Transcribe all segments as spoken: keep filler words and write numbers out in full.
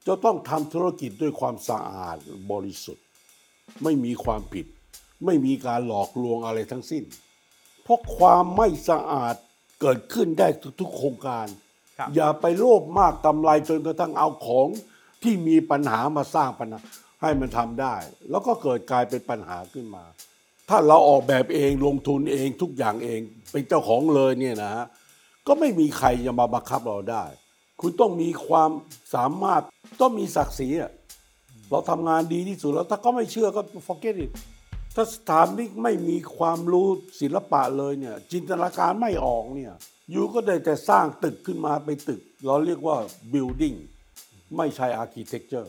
จะต้องทำธุรกิจด้วยความสะอาดบริสุทธิ์ไม่มีความผิดไม่มีการหลอกลวงอะไรทั้งสิ้นเพราะความไม่สะอาดเกิดขึ้นได้ทุกๆโครงการอย่าไปโลภมากกำไรจนกระทั่งเอาของที่มีปัญหามาสร้างปัญหาให้มันทำได้แล้วก็เกิดกลายเป็นปัญหาขึ้นมาถ้าเราออกแบบเองลงทุนเองทุกอย่างเองเป็นเจ้าของเลยเนี่ยนะฮะก็ไม่มีใครจะมาบังคับเราได้คุณต้องมีความสามารถต้องมีศักดิ์ศรีอ่ะเราทำงานดีที่สุดแล้วถ้าก็ไม่เชื่อก็ forget it ถ้าสถาปนิกไม่มีความรู้ศิลปะเลยเนี่ยจินตนาการไม่ออกเนี่ยอยู่ก็ได้แต่สร้างตึกขึ้นมาเป็นตึกเราเรียกว่า building ไม่ใช่ architecture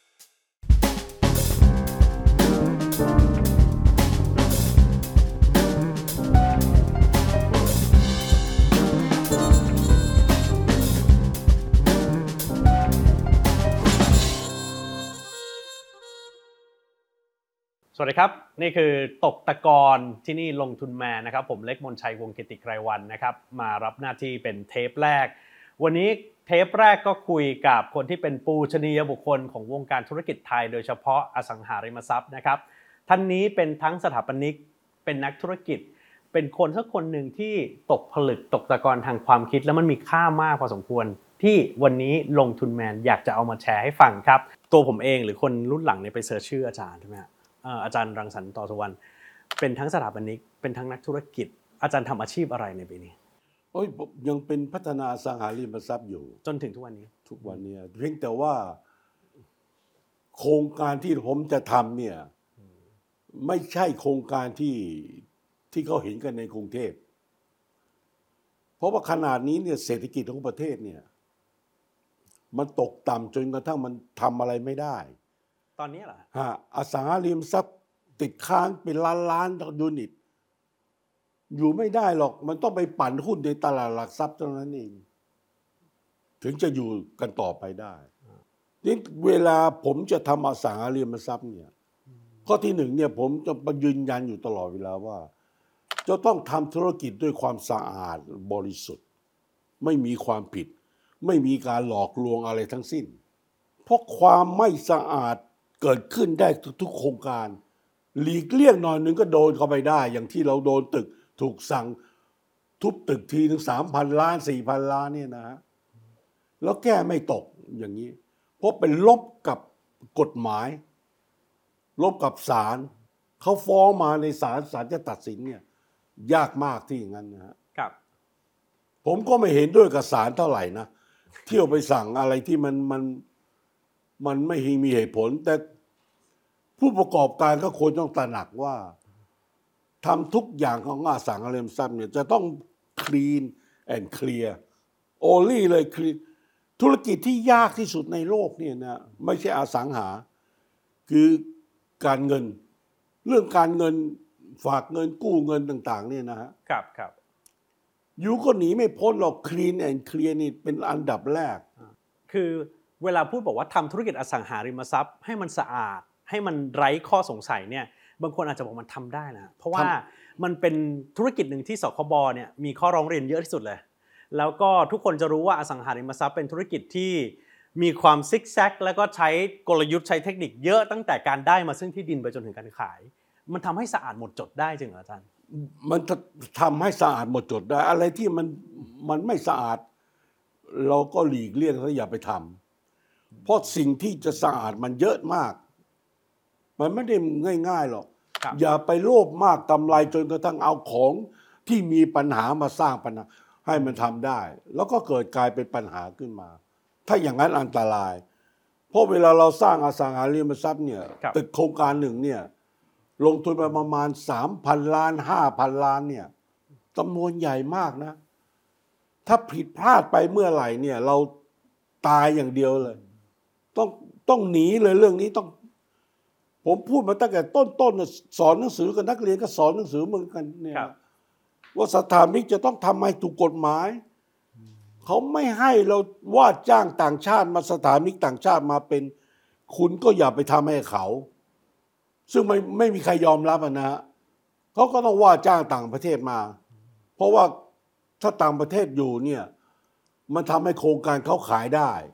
สวัสดีครับนี่คือตกตะกอนที่นี่ลงทุนแมนนะครับผมเล็กมนชัยวงศ์กิติไกรวันนะครับมารับหน้าที่เป็นเทปแรกวันนี้เทปแรกก็คุยกับคนที่เป็นปูชนียบุคคลของวงการธุรกิจไทยโดยเฉพาะอสังหาริมทรัพย์นะครับท่านนี้เป็นทั้งสถาปนิกเป็นนักธุรกิจเป็นคนสักคนหนึ่งที่ตกผลึกตกตะกอนทางความคิดแล้วมันมีค่ามากพอสมควรที่วันนี้ลงทุนแมนอยากจะเอามาแชร์ให้ฟังครับตัวผมเองหรือคนรุ่นหลังเนี่ยไปเสิร์ชชื่ออาจารย์ใช่ไหมครับอาจารย์รังสรรค์ ต่อสุวรรณเป็นทั้งสถาปนิกเป็นทั้งนักธุรกิจอาจารย์ทำอาชีพอะไรในปีนี้โอ้ยยังเป็นพัฒนาอสังหาริมทรัพย์อยู่จนถึงทุกวันนี้ทุกวันนี้เพียงแต่ว่าโครงการที่ผมจะทำเนี่ยไม่ใช่โครงการที่ที่เขาเห็นกันในกรุงเทพเพราะว่าขนาดนี้เนี่ยเศรษฐกิจของประเทศเนี่ยมันตกต่ำจนกระทั่งมันทำอะไรไม่ได้ตอนนี้เหรอฮะอสังหาริมทรัพย์ติดค้างเป็นล้านล้านยูนิตอยู่ไม่ได้หรอกมันต้องไปปั่นหุ้นในตลาดหลักทรัพย์เท่านั้นเองถึงจะอยู่กันต่อไปได้นี่เวลาผมจะทำอสังหาริมทรัพย์เนี่ยข้อที่หนึ่งเนี่ยผมจะยืนยันอยู่ตลอดเวลาว่าจะต้องทำธุรกิจด้วยความสะอาดบริสุทธิ์ไม่มีความผิดไม่มีการหลอกลวงอะไรทั้งสิ้นเพราะความไม่สะอาดเกิดขึ้นได้ทุกๆโครงการหลีกเลี่ยงหน่อยนึงก็โดนเข้าไปได้อย่างที่เราโดนตึกถูกสั่งทุบตึกทีถึงสามพันล้านสี่พันล้านเนี่ยนะฮะแล้วแก้ไม่ตกอย่างนี้เพราะเป็นลบกับกฎหมายลบกับศาลเขาฟ้องมาในศาลศาลจะตัดสินเนี่ยยากมากที่อย่างนั้นนะฮะครับผมก็ไม่เห็นด้วยกับศาลเท่าไหร่นะเที่ยวไปสั่งอะไรที่มันมันมันไม่มีเหตุผลแต่ผู้ประกอบการก็ควรต้องตระหนักว่าทำทุกอย่างของอสังหาริมทรัพย์เนี่ยจะต้อง clean and clear only เลยคือธุรกิจที่ยากที่สุดในโลกเนี่ยนะไม่ใช่อสังหาคือการเงินเรื่องการเงินฝากเงินกู้เงินต่างๆเนี่ยนะฮะครับครับอยู่ก็หนีไม่พ้นหรอก clean and clear นี่เป็นอันดับแรกคือเวลาพูดบอกว่าทำธุรกิจอสังหาริมทรัพย์ให้มันสะอาดให้มันไร้ข้อสงสัยเนี่ยบางคนอาจจะบอกมันทำได้นะเพราะว่ามันเป็นธุรกิจหนึ่งที่สคบเนี่ยมีข้อร้องเรียนเยอะที่สุดเลยแล้วก็ทุกคนจะรู้ว่าอสังหาริมทรัพย์เป็นธุรกิจที่มีความซิกแซกแล้วก็ใช้กลยุทธ์ใช้เทคนิคเยอะตั้งแต่การได้มาซึ่งที่ดินไปจนถึงการขายมันทำให้สะอาดหมดจดได้จริงเหรออาจารย์มันทำให้สะอาดหมดจดได้อะไรที่มันมันไม่สะอาดเราก็หลีกเลี่ยงแล้วอย่าไปทำเพราะสิ่งที่จะสะอาดมันเยอะมากมันไม่ได้ง่ายๆหรอกอย่าไปโลภมากกำไรจนกระทั่งเอาของที่มีปัญหามาสร้างปัญหาให้มันทำได้แล้วก็เกิดกลายเป็นปัญหาขึ้นมาถ้าอย่างนั้นอันตรายเพราะเวลาเราสร้างอสังหาริมทรัพย์เนี่ยตึกโครงการหนึ่งเนี่ยลงทุนไปประมาณ สามพัน ล้าน ห้าพัน ล้านเนี่ยจำนวนใหญ่มากนะถ้าผิดพลาดไปเมื่อไหร่เนี่ยเราตายอย่างเดียวเลยต้องต้องหนีเลยเรื่องนี้ต้องผมพูดมาตั้งแต่ต้นๆสอนหนังสือกับนักเรียนก็สอนหนังสือเหมือนกันเนี่ยว่าสถาปนิกจะต้องทำให้ถูกกฎหมายเขาไม่ให้เราว่าจ้างต่างชาติมาสถาปนิกต่างชาติมาเป็นคุณก็อย่าไปทำให้เขาซึ่งไม่ไม่มีใครยอมรับนะฮะเขาก็ต้องว่าจ้างต่างประเทศมาเพราะว่าถ้าต่างประเทศอยู่เนี่ยมันทำให้โครงการเขาขายได้เพ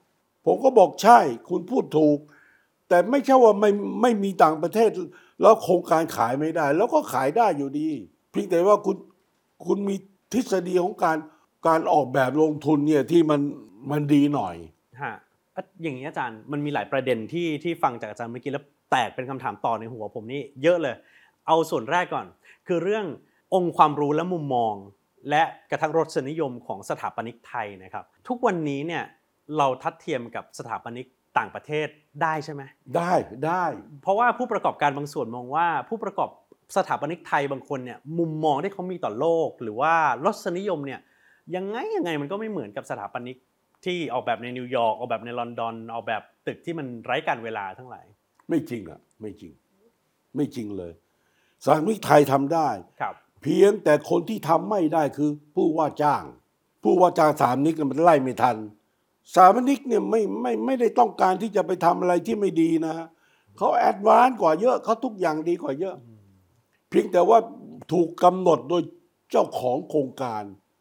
ผมก็บอกใช่คุณพูดถูกแต่ไม่ใช่ว่าไม่ไม่มีต่างประเทศแล้วโครงการขายไม่ได้แล้วก็ขายได้อยู่ดีเพียงแต่ว่าคุณคุณมีทฤษฎีของการการออกแบบลงทุนเนี่ยที่มันมันดีหน่อยฮะอย่างนี้อาจารย์มันมีหลายประเด็นที่ที่ฟังจากอาจารย์เมื่อกี้แล้วแตกเป็นคำถามต่อในหัวผมนี่เยอะเลยเอาส่วนแรกก่อนคือเรื่ององค์ความรู้และมุมมองและกระทั่งรสนิยมของสถาปนิกไทยนะครับทุกวันนี้เนี่ยเราทัดเทียมกับสถาปนิกต่างประเทศได้ใช่ไหมได้ได้เพราะว่าผู้ประกอบการบางส่วนมองว่าผู้ประกอบสถาปนิกไทยบางคนเนี่ยมุมมองที่เขามีต่อโลกหรือว่ารสนิยมเนี่ยยังไงยังไงมันก็ไม่เหมือนกับสถาปนิกที่ออกแบบในนิวยอร์กออกแบบในลอนดอนออกแบบตึกที่มันไร้การเวลาทั้งหลายไม่จริงอ่ะไม่จริงไม่จริงเลยสถาปนิกไทยทำได้ครับเพียงแต่คนที่ทำไม่ได้คือผู้ว่าจ้างผู้ว่าจ้างสถาปนิกมันไล่ไม่ทันสถาปนิกเนี่ยไม่ไม่ไม่ได้ต้องการที่จะไปทำอะไรที่ไม่ดีนะเขาแอดวานซ์กว่าเยอะเขาทุกอย่างดีกว่าเยอะเพียงแต่ว่าถูกกำหนดโดยเจ้าของโครงการ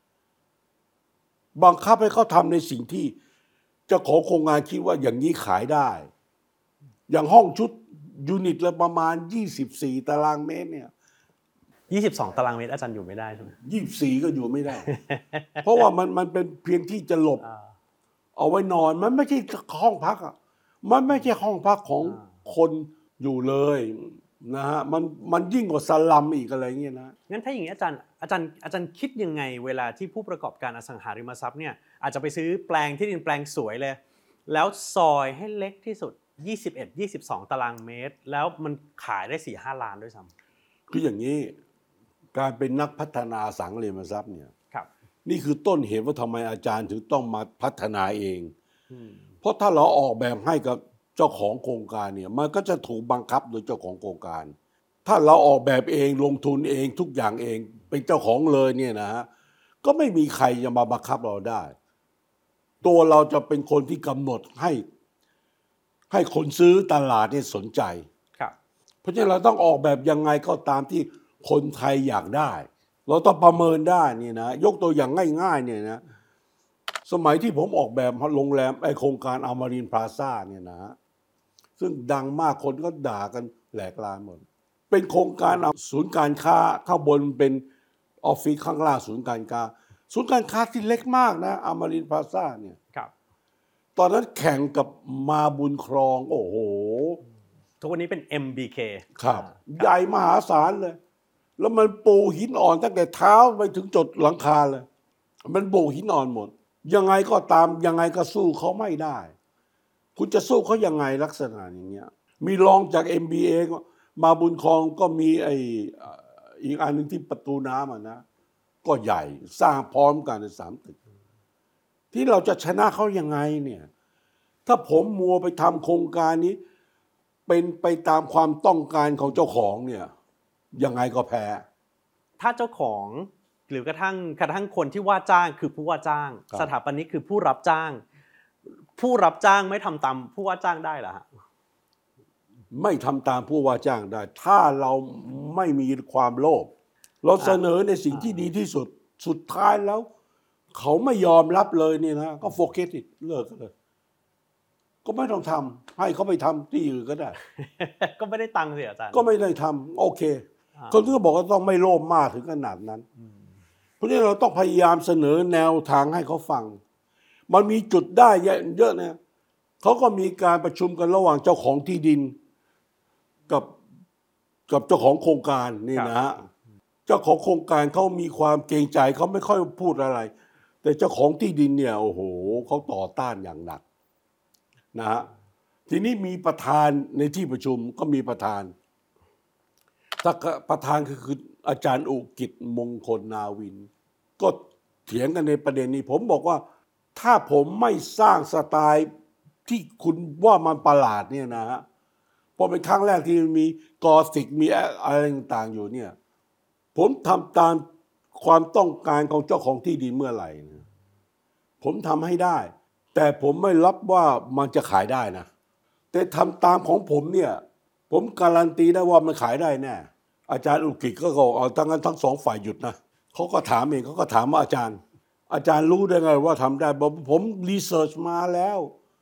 บังคับให้เขาทำในสิ่งที่เจ้าของโครงงานคิดว่าอย่างนี้ขายได้อย่างห้องชุดยูนิตละประมาณยี่สิบสี่ตารางเมตรเนี่ยยี่สิบสองตารางเมตรอาจารย์อยู่ไม่ได้ใช่ไหมยี่สิบสี่ก็อยู่ไม่ได้ เพราะว่ามันมันเป็นเพียงที่จะหลบเอาไว้นอนมันไม่ใช่ห้องพักอ่ะมันไม่ใช่ห้องพักของคนอยู่เลยนะฮะมันมันยิ่งกว่าสลัมอีกอะไรเงี้ยนะงั้นถ้าอย่างนี้อาจารย์อาจารย์อาจารย์คิดยังไงเวลาที่ผู้ประกอบการอสังหาริมทรัพย์เนี่ยอาจจะไปซื้อแปลงที่ดินแปลงสวยเลยแล้วซอยให้เล็กที่สุดยี่สิบเอ็ด ยี่สิบสองตารางเมตรแล้วมันขายได้ สี่ห้า ล้านด้วยซ้ำคืออย่างนี้การเป็นนักพัฒนาอสังหาริมทรัพย์เนี่ยครับนี่คือต้นเหตุว่าทำไมอาจารย์ถึงต้องมาพัฒนาเองเพราะถ้าเราออกแบบให้กับเจ้าของโครงการเนี่ยมันก็จะถูกบังคับโดยเจ้าของโครงการถ้าเราออกแบบเองลงทุนเองทุกอย่างเองเป็นเจ้าของเลยเนี่ยนะฮะก็ไม่มีใครจะมาบังคับเราได้ตัวเราจะเป็นคนที่กำหนดให้ให้คนซื้อตลาดเนี่ยสนใจครับเพราะฉะนั้นเราต้องออกแบบยังไงก็ตามที่คนไทยอยากได้เราต้องประเมินได้นี่นะยกตัวอย่างง่ายๆเนี่ยนะสมัยที่ผมออกแบบโรงแรมไอโครงการอมรินทร์พลาซ่าเนี่ยนะซึ่งดังมากคนก็ด่ากันแหลกลานหมดเป็นโครงการศูนย์การค้าข้างบนเป็นออฟฟิศข้างล่างศูนย์การค้าศูนย์การค้าที่เล็กมากนะอมรินทร์พลาซ่าเนี่ยครับตอนนั้นแข่งกับมาบุญครองโอ้โหทุกวันนี้เป็น เอ็ม บี เคครับใหญ่มหาศาลเลยแล้วมันปูหินอ่อนตั้งแต่เท้าไปถึงจดหลังคาเลยมันปูหินอ่อนหมดยังไงก็ตามยังไงก็สู้เขาไม่ได้คุณจะสู้เขายังไงลักษณะอย่างเงี้ยมีรองจาก เอ็ม บี เอ ก็มาบุญครองก็มีไออีกอันนึงที่ประตูน้ำอ่ะนะก็ใหญ่สร้างพร้อมกันในสามตึกที่เราจะชนะเขายังไงเนี่ยถ้าผมมัวไปทำโครงการนี้เป็นไปตามความต้องการของเจ้าของเนี่ยยังไงก็แพ้ถ้าเจ้าของหรือกระทั่งกระทั่งคนที่ว่าจ้างคือผู้ว่าจ้างสถาปนิกคือผู้รับจ้างผู้รับจ้างไม่ทำตามผู้ว่าจ้างได้เหรอฮะไม่ทำตามผู้ว่าจ้างได้ถ้าเราไม่มีความโลภเราเสนอในสิ่งที่ดีที่สุดสุดท้ายแล้วเขาไม่ยอมรับเลยนี่นะก็โฟกัสอีกเลิกกันเลยก็ไม่ต้องทำให้เขาไปทำที่อื่นก็ได้ก็ไม่ได้ตังค์สิอาจารย์ก็ไม่ได้ทำโอเคคนที่บอกว่าต้องไม่โลภมากถึงขนาดนั้นเพราะฉะนั้นเราต้องพยายามเสนอแนวทางให้เขาฟังมันมีจุดได้เยอะนะเขาก็มีการประชุมกันระหว่างเจ้าของที่ดินกับกับเจ้าของโครงการนี่นะฮะเจ้าของโครงการเขามีความเกรงใจเขาไม่ค่อยพูดอะไรแต่เจ้าของที่ดินเนี่ยโอ้โหเขาต่อต้านอย่างหนักนะฮะทีนี้มีประธานในที่ประชุมก็มีประธานถ้าประธานคือคืออาจารย์อุกิจมงคลนาวินก็เถียงกันในประเด็นนี้ผมบอกว่าถ้าผมไม่สร้างสไตล์ที่คุณว่ามันประหลาดเนี่ยนะฮะพอเป็นครั้งแรกที่มีกอสิกมีอะไรต่างๆอยู่เนี่ยผมทำตามความต้องการของเจ้าของที่ดินเมื่อไหร่นะผมทำให้ได้แต่ผมไม่รับว่ามันจะขายได้นะแต่ทำตามของผมเนี่ยผมการันตีได้ว่ามันขายได้แน่อาจารย์อุกิจก็บอกเอาทั้งนั้นทั้งสองฝ่ายหยุดนะเขาก็ถามเองเขาก็ถามว่าอาจารย์อาจารย์รู้ได้ไงว่าทำได้บอกผมรีเสิร์ชมาแล้ว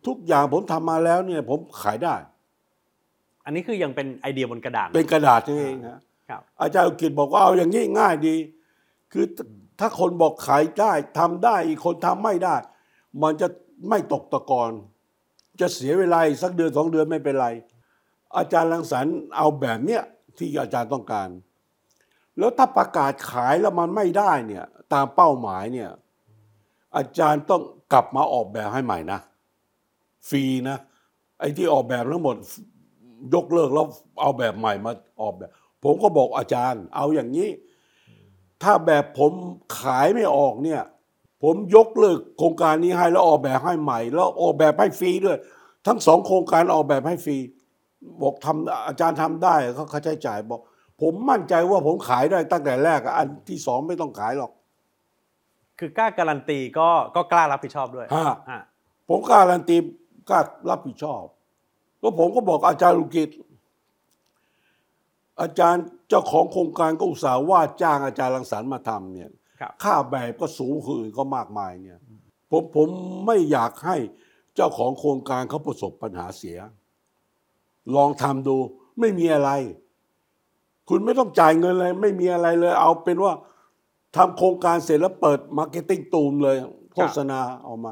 ทุกอย่างผมทำมาแล้วเนี่ยผมขายได้อันนี้คือยังเป็นไอเดียบนกระดาษเป็นกระดาษเองครับอาจารย์กิจบอกว่าเอาอย่างนี้ง่ายดีคือถ้าคนบอกขายได้ทำได้อีกคนทำไม่ได้มันจะไม่ตกตะกอนจะเสียเวลาสักเดือนสองเดือนไม่เป็นไรอาจารย์รังสรรค์เอาแบบเนี้ยที่อาจารย์ต้องการแล้วถ้าประกาศขายแล้วมันไม่ได้เนี่ยตามเป้าหมายเนี่ยอาจารย์ต้องกลับมาออกแบบให้ใหม่นะฟรีนะไอ้ที่ออกแบบทั้งหมดยกเลิกแล้วเอาแบบใหม่มาออกแบบผมก็บอกอาจารย์เอาอย่างนี้ถ้าแบบผมขายไม่ออกเนี่ยผมยกเลิกโครงการนี้ให้แล้วออกแบบให้ใหม่แล้วออกแบบให้ฟรีด้วยทั้งสองโครงการออกแบบให้ฟรีบอกทำอาจารย์ทำได้เขาค่าใช้จ่ายบอกผมมั่นใจว่าผมขายได้ตั้งแต่แรกอันที่สองไม่ต้องขายหรอกคือกล้าการันตีก็ก็กล้ารับผิดชอบด้วยฮะผมกล้าการันตีกล้ารับผิดชอบแล้วผมก็บอกอาจารย์ลุกิจอาจารย์เจ้าของโครงการก็อุตส่าห์ว่าจ้างอาจารย์รังสรรค์มาทำเนี่ยค่าแบบก็สูงขึ้นก็มากมายเนี่ยผมผมไม่อยากให้เจ้าของโครงการเขาประสบปัญหาเสียลองทำดูไม่มีอะไรคุณไม่ต้องจ่ายเงินเลยไม่มีอะไรเลยเอาเป็นว่าทำโครงการเสร็จแล้วเปิดมาร์เก็ตติ้งตูมเลยโฆษณาออกมา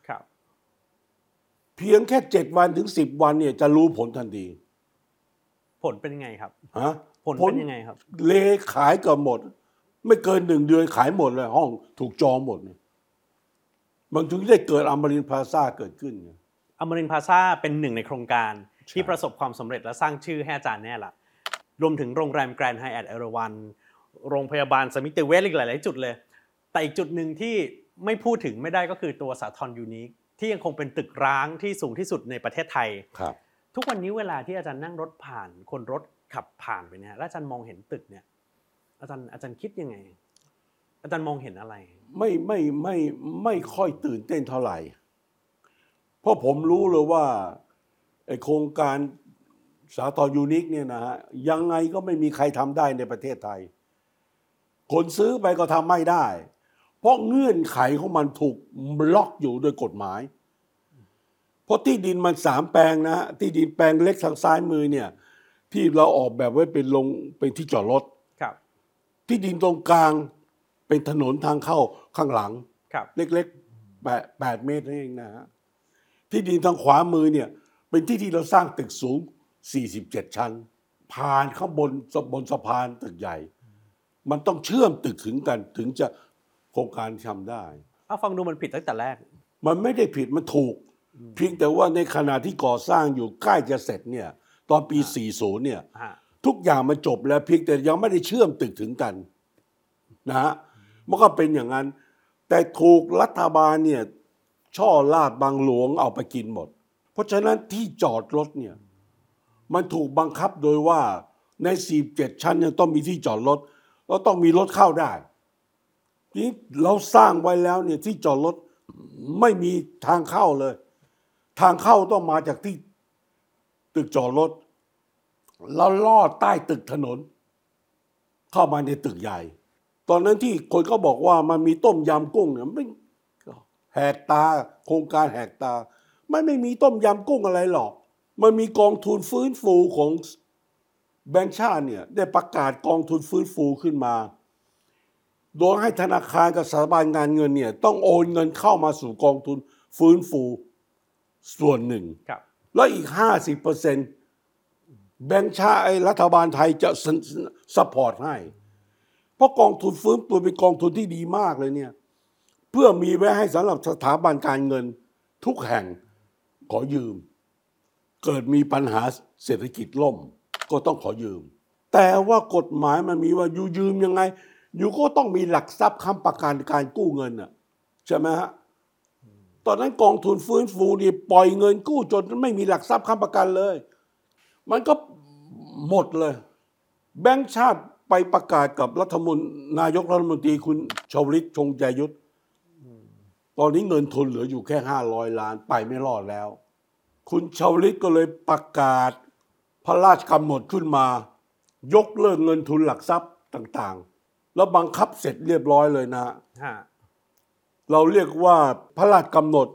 เพียงแค่เจ็ดวันถึงสิบวันเนี่ยจะรู้ผลทันทีผลเป็นยังไงครับฮะผลเป็นยังไงครับเลขายก็หมดไม่เกินหนึ่งเดือนขายหมดเลยห้องถูกจองหมดเนี่ยมันถึงได้เกิดอมรินทร์พลาซ่าเกิดขึ้นไงอมรินทร์พลาซ่าเป็นหนึ่งในโครงการที่ประสบความสำเร็จและสร้างชื่อให้อาจารย์แน่ละรวมถึงโรงแรมแกรนด์ไฮแอทเอราวัณโรงพยาบาลสมิติเวชอีกหลายๆจุดเลยแต่อีกจุดหนึ่งที่ไม่พูดถึงไม่ได้ก็คือตัวสาทรยูนิคที่ยังคงเป็นตึกร้างที่สูงที่สุดในประเทศไทยครับทุกวันนี้เวลาที่อาจารย์นั่งรถผ่านคนรถขับผ่านไปเนี่ยแล้วอาจารย์มองเห็นตึกเนี่ยอาจารย์อาจารย์คิดยังไงอาจารย์มองเห็นอะไรไม่ไม่ไม่ไม่ค่อยตื่นเต้นเท่าไหร่เพราะผมรู้เลยว่าไอโครงการสาทรยูนิคเนี่ยนะฮะยังไงก็ไม่มีใครทำได้ในประเทศไทยคนซื้อไปก็ทำไม่ได้เพราะเงื่อนไขของมันถูกล็อกอยู่โดยกฎหมายเพราะที่ดินมันสามแปลงนะที่ดินแปลงเล็กทางซ้ายมือเนี่ยที่เราออกแบบไว้เป็นลงเป็นที่จอดรถครับที่ดินตรงกลางเป็นถนนทางเข้าข้างหลังครับเล็กๆแปดแปดเมตรเองนะฮะที่ดินทางขวามือเนี่ยเป็นที่ที่เราสร้างตึกสูงสี่สิบเจ็ดชั้นผ่านข้างบนบนสะพานตึกใหญ่มันต้องเชื่อมตึกถึงกันถึงจะโครงการทำได้เอาฟังดูมันผิดตั้งแต่แรกมันไม่ได้ผิดมันถูกเพียงแต่ว่าในขณะที่ก่อสร้างอยู่ใกล้จะเสร็จเนี่ยตอนปีสี่สิบเนี่ยทุกอย่างมันจบแล้วเพียงแต่ยังไม่ได้เชื่อมตึกถึงกันนะฮะมันก็เป็นอย่างนั้นแต่ถูกรัฐบาลเนี่ยช่อลาดบางหลวงเอาไปกินหมดเพราะฉะนั้นที่จอดรถเนี่ยมันถูกบังคับโดยว่าในสี่สิบเจ็ดชั้นยังต้องมีที่จอดรถแล้วต้องมีรถเข้าได้ทีนี้เราสร้างไว้แล้วเนี่ยที่จอดรถไม่มีทางเข้าเลยทางเข้าต้องมาจากที่ตึกจอดรถแล้วลอดใต้ตึกถนนเข้ามาในตึกใหญ่ตอนนั้นที่คนก็บอกว่ามันมีต้มยำกุ้งเนี่ยไม่แหกตาโครงการแหกตาไม่ไม่มีต้มยำกุ้งอะไรหรอกมันมีกองทุนฟื้นฟูของแบงก์ชาติเนี่ยได้ประกาศกองทุนฟื้นฟูขึ้นมาโดยให้ธนาคารกับสถาบันการเงินเนี่ยต้องโอนเงินเข้ามาสู่กองทุนฟื้นฟูส่วนหนึ่งแล้วอีก ห้าสิบเปอร์เซ็นต์ แบงก์ชาติรัฐบาลไทยจะซัพพอร์ตให้เพราะกองทุนฟื้นฟูเป็นกองทุนที่ดีมากเลยเนี่ยเพื่อมีไว้ให้สำหรับสถาบันการเงินทุกแห่งขอยืมเกิดมีปัญหาเศรษฐกิจล่มก็ต้องขอยืมแต่ว่ากฎหมายมันมีว่าอยู่ยืมยังไงอยู่ก็ต้องมีหลักทรัพย์ค้ำประกันการกู้เงินอ่ะใช่ไหมฮะตอนนั้นกองทุนฟื้นฟูนี่ปล่อยเงินกู้จนไม่มีหลักทรัพย์ค้ำประกันเลยมันก็หมดเลยแบงก์ชาติไปประกาศกับรัฐมนตรีนายกรัฐมนตรีคุณชวลิตชงใจยุทธตอนนี้เงินทุนเหลืออยู่แค่ห้าร้อยล้านไปไม่รอดแล้วคุณชวลิตก็เลยประกาศพระราชกำหนดขึ้นมายกเลิกเงินทุนหลักทรัพย์ต่างๆแล้วบังคับเสร็จเรียบร้อยเลยนะเราเรียกว่าพระราชกำหนด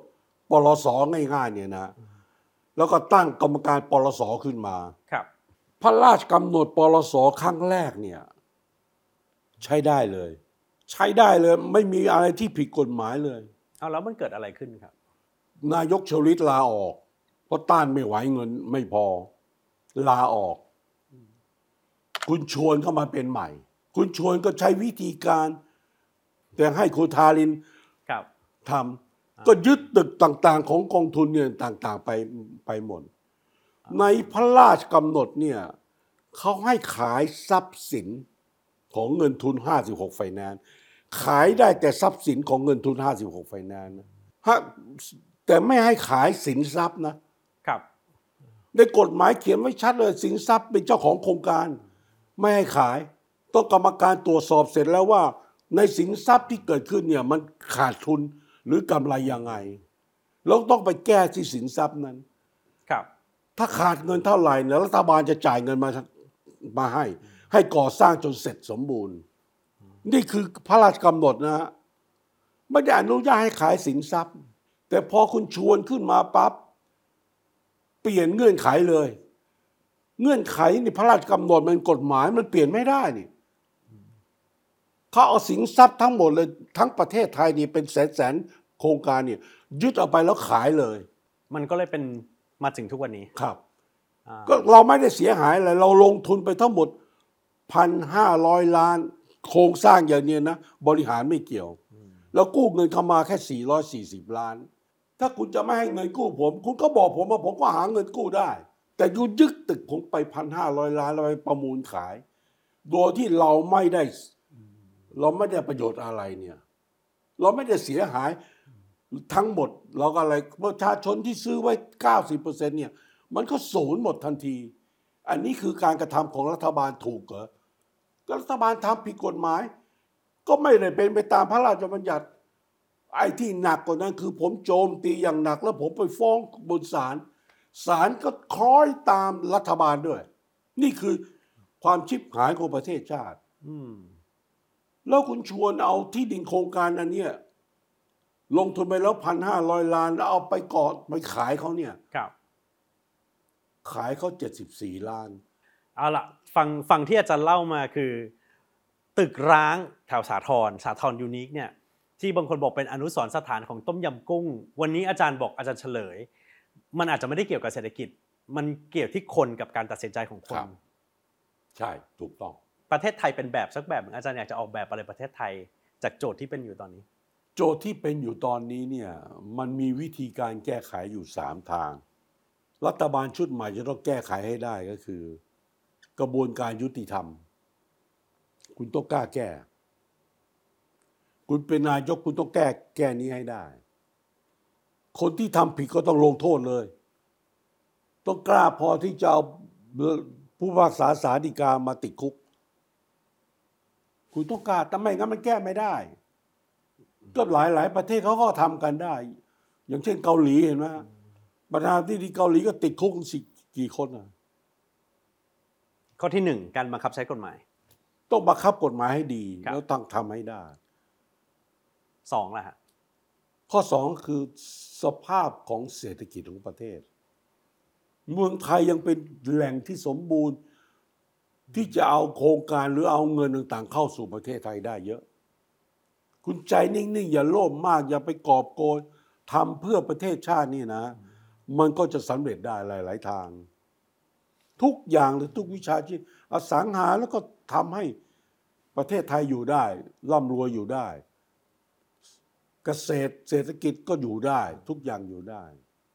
ปลสง่ายๆเนี่ยนะแล้วก็ตั้งกรรมการปลสขึ้นมาครับพระราชกำหนดปลสครั้งแรกเนี่ยใช้ได้เลยใช้ได้เลยไม่มีอะไรที่ผิดกฎหมายเลยเอาแล้วมันเกิดอะไรขึ้นครับนายกชวลิตลาออกเพราะต้านไม่ไหวเงินไม่พอลาออกคุณชวนเข้ามาเป็นใหม่คุณชวนก็ใช้วิธีการแต่ให้คุณทารินทำก็ยึดตึกต่างๆของกองทุนเนี่ยต่างๆไปไปหมดในพระราชกำหนดเนี่ยเขาให้ขายทรัพย์สินของเงินทุนห้าสิบหกไฟแนนซ์ขายได้แต่ทรัพย์สินของเงินทุนห้าสิบหกไฟแนนซ์นะแต่ไม่ให้ขายสินทรัพย์นะครับในกฎหมายเขียนไว้ชัดเลยสินทรัพย์เป็นเจ้าของโครงการไม่ให้ขายต้องกรรมการตรวจสอบเสร็จแล้วว่าในสินทรัพย์ที่เกิดขึ้นเนี่ยมันขาดทุนหรือกำไรยังไงแล้วต้องไปแก้ที่สินทรัพย์นั้นครับถ้าขาดเงินเท่าไหร่เนี่ยรัฐบาลจะจ่ายเงินมามาให้ให้ก่อสร้างจนเสร็จสมบูรณ์นี่คือพระราชกำหนดนะฮะไม่ได้อนุญาตให้ขายสินทรัพย์แต่พอคุณชวนขึ้นมาปั๊บเปลี่ยนเงื่อนไขเลยเงื่อนไขนี่พระราชกำหนดมันกฎหมายมันเปลี่ยนไม่ได้นี่เขาเอาสินทรัพย์ทั้งหมดเลยทั้งประเทศไทยนี่เป็นแสนแสนโครงการเนี่ยยึดเอาไปแล้วขายเลยมันก็เลยเป็นมาถึงทุกวันนี้ครับก็เราไม่ได้เสียหายอะไรเราลงทุนไปทั้งหมดพันห้าร้อยล้านโครงสร้างอย่างนี้นะบริหารไม่เกี่ยวแล้วกู้เงินเข้ามาแค่สี่ร้อยสี่สิบล้านถ้าคุณจะไม่ให้เงินกู้ผมคุณก็บอกผมว่าผมก็หาเงินกู้ได้แต่คุณยึดตึกผมไปพันห้าร้อยล้านแล้วไปประมูลขายโดยที่เราไม่ได้เราไม่ได้ประโยชน์อะไรเนี่ยเราไม่ได้เสียหายทั้งหมดเราก็อะไรประชาชนที่ซื้อไว้ เก้าสิบเปอร์เซ็นต์ เนี่ยมันก็ศูนย์หมดทันทีอันนี้คือการกระทำของรัฐบาลถูกเหรอรัฐบาลทำผิดกฎหมายก็ไม่ได้เป็นไปตามพระราชบัญญัติไอ้ที่หนักกว่านั้นคือผมโจมตีอย่างหนักแล้วผมไปฟ้องบนศาลศาลก็คล้อยตามรัฐบาลด้วยนี่คือความชิบหายของประเทศชาติแล้วคุณชวนเอาที่ดินโครงการอันเนี้ยลงทุนไปแล้วพันห้าร้อยล้านแล้วเอาไปกอดไปขายเขาเนี่ยขายเขาเจ็ดสิบสี่ล้านเอาล่ะฟังฟังที่อาจารย์เล่ามาคือตึกร้างแถวสาทรสาทรยูนิคเนี่ยที่บางคนบอกเป็นอนุสรณ์สถานของต้มยำกุ้งวันนี้อาจารย์บอกอาจารย์เฉลยมันอาจจะไม่ได้เกี่ยวกับเศรษฐกิจมันเกี่ยวที่คนกับการตัดสินใจของคนใช่ถูกต้องประเทศไทยเป็นแบบสักแบบอาจารย์อยากจะออกแบบอะไรประเทศไทยจากโจทย์ที่เป็นอยู่ตอนนี้โจทย์ที่เป็นอยู่ตอนนี้เนี่ยมันมีวิธีการแก้ไขอยู่สามทางรัฐบาลชุดใหม่จะต้องแก้ไขให้ได้ก็คือกระบวนการยุติธรรมคุณต้องกล้าแก้คุณเป็นนายกคุณต้องแก้แก้นี้ให้ได้คนที่ทำผิดก็ต้องลงโทษเลยต้องกล้าพอที่จะเอาผู้พิพากษาศาลฎีกามาติดคุกคุณต้องกล้าแต่ไม่งั้นมันแก้ไม่ได้ก็หลายหลายประเทศเขาก็ทำกันได้อย่างเช่นเกาหลีเห็นไหมประธานาธิบดีเกาหลีก็ติดคุกสิกี่คนอ่ะข้อที่หนึ่งการบังคับใช้กฎหมายต้องบังคับกฎหมายให้ดีแล้วต้องทำให้ได้สองล่ะฮะข้อสองคือสภาพของเศรษฐกิจของประเทศเมืองไทยยังเป็นแหล่งที่สมบูรณ์ที่จะเอาโครงการหรือเอาเงินต่างๆเข้าสู่ประเทศไทยได้เยอะคุณใจนิ่งๆอย่าโลภมากอย่าไปกอบโกยทำเพื่อประเทศชาตินี่นะมันก็จะสำเร็จได้หลายๆทางทุกอย่างหรือทุกวิชาชีพอสังหาแล้วก็ทำให้ประเทศไทยอยู่ได้ร่ำรวยอยู่ได้เกษตรเศรษฐกิจก็อยู่ได้ทุกอย่างอยู่ได้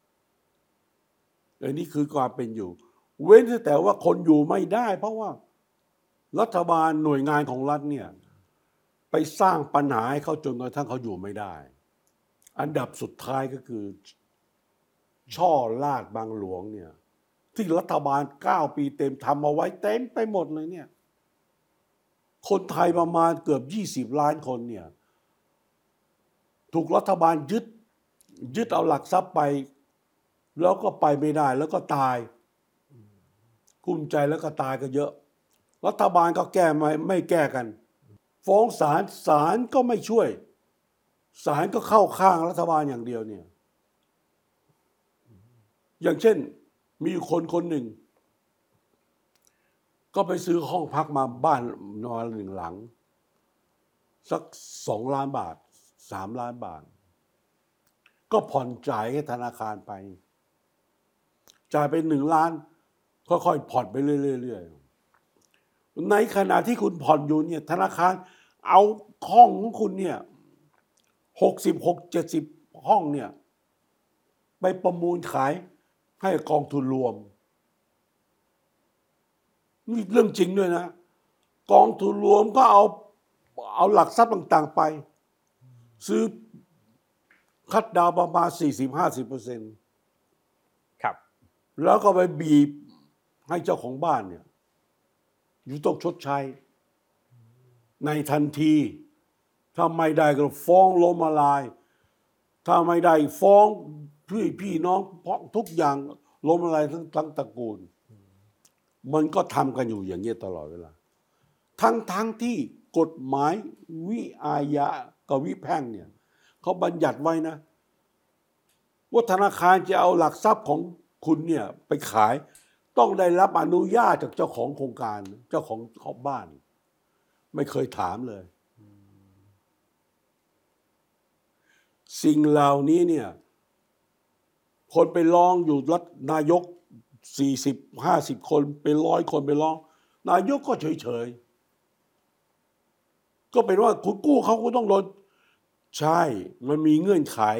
อันนี้คือความเป็นอยู่เว้นแต่ว่าคนอยู่ไม่ได้เพราะว่ารัฐบาลหน่วยงานของรัฐเนี่ยไปสร้างปัญหาให้เขาจนกระทั่งเขาอยู่ไม่ได้อันดับสุดท้ายก็คือช่อลาดบางหลวงเนี่ยที่รัฐบาลเก้าปีเต็มทำเอาไว้เต็มไปหมดเลยเนี่ยคนไทยประมาณเกือบยี่สิบล้านคนเนี่ยถูกรัฐบาลยึดยึดเอาหลักทรัพย์ไปแล้วก็ไปไม่ได้แล้วก็ตายกุ้มใจแล้วก็ตายก็เยอะรัฐบาลก็แก้ไม่ไม่แก้กันฟ้องศาลศาลก็ไม่ช่วยศาลก็เข้าข้างรัฐบาลอย่างเดียวเนี่ยอย่างเช่นมีคนคนหนึ่งก็ไปซื้อห้องพักมาบ้านนอนหนึ่งหลังสักสองล้านบาทสามล้านบาทก็ผ่อนจ่ายให้ธนาคารไปจ่ายไปหนึ่งล้านค่อยๆผ่อนไปเรื่อยๆในขณะที่คุณผ่อนอยู่เนี่ยธนาคารเอาห้องของคุณเนี่ยหกสิบหกเจ็ดสิบห้องเนี่ยไปประมูลขายให้กองทุนรวมนี่เรื่องจริงด้วยนะกองทุนรวมก็เอาเอาหลักทรัพย์ต่างๆไปซื้อคัดดาวประมาณ สี่สิบถึงห้าสิบเปอร์เซ็นต์ครับแล้วก็ไปบีบให้เจ้าของบ้านเนี่ยอยู่ต้องชดใช้ในทันทีถ้าไม่ได้ก็ฟ้องล้มละลายถ้าไม่ได้ฟ้องพี่พี่น้องเพราะทุกอย่างล้มละลายทั้งทั้งตระกูลมันก็ทำกันอยู่อย่างนี้ตลอดเวลาทั้งทั้งที่กฎหมายวิอาญากับวิแพ่งเนี่ยเขาบัญญัติไว้นะว่าธนาคารจะเอาหลักทรัพย์ของคุณเนี่ยไปขายต้องได้รับอนุญาตจากเจ้าของโครงการเจ้าของของบ้านไม่เคยถามเลยสิ่งเหล่านี้เนี่ยคนไปร้องอยู่รัฐนายกสี่สิบห้าสิบคนเป็นร้อยคนไปร้องนายกก็เฉยเฉยก็เป็นว่าคุณกู้เขาก็ต้องโดนใช่มันมีเงื่อนไข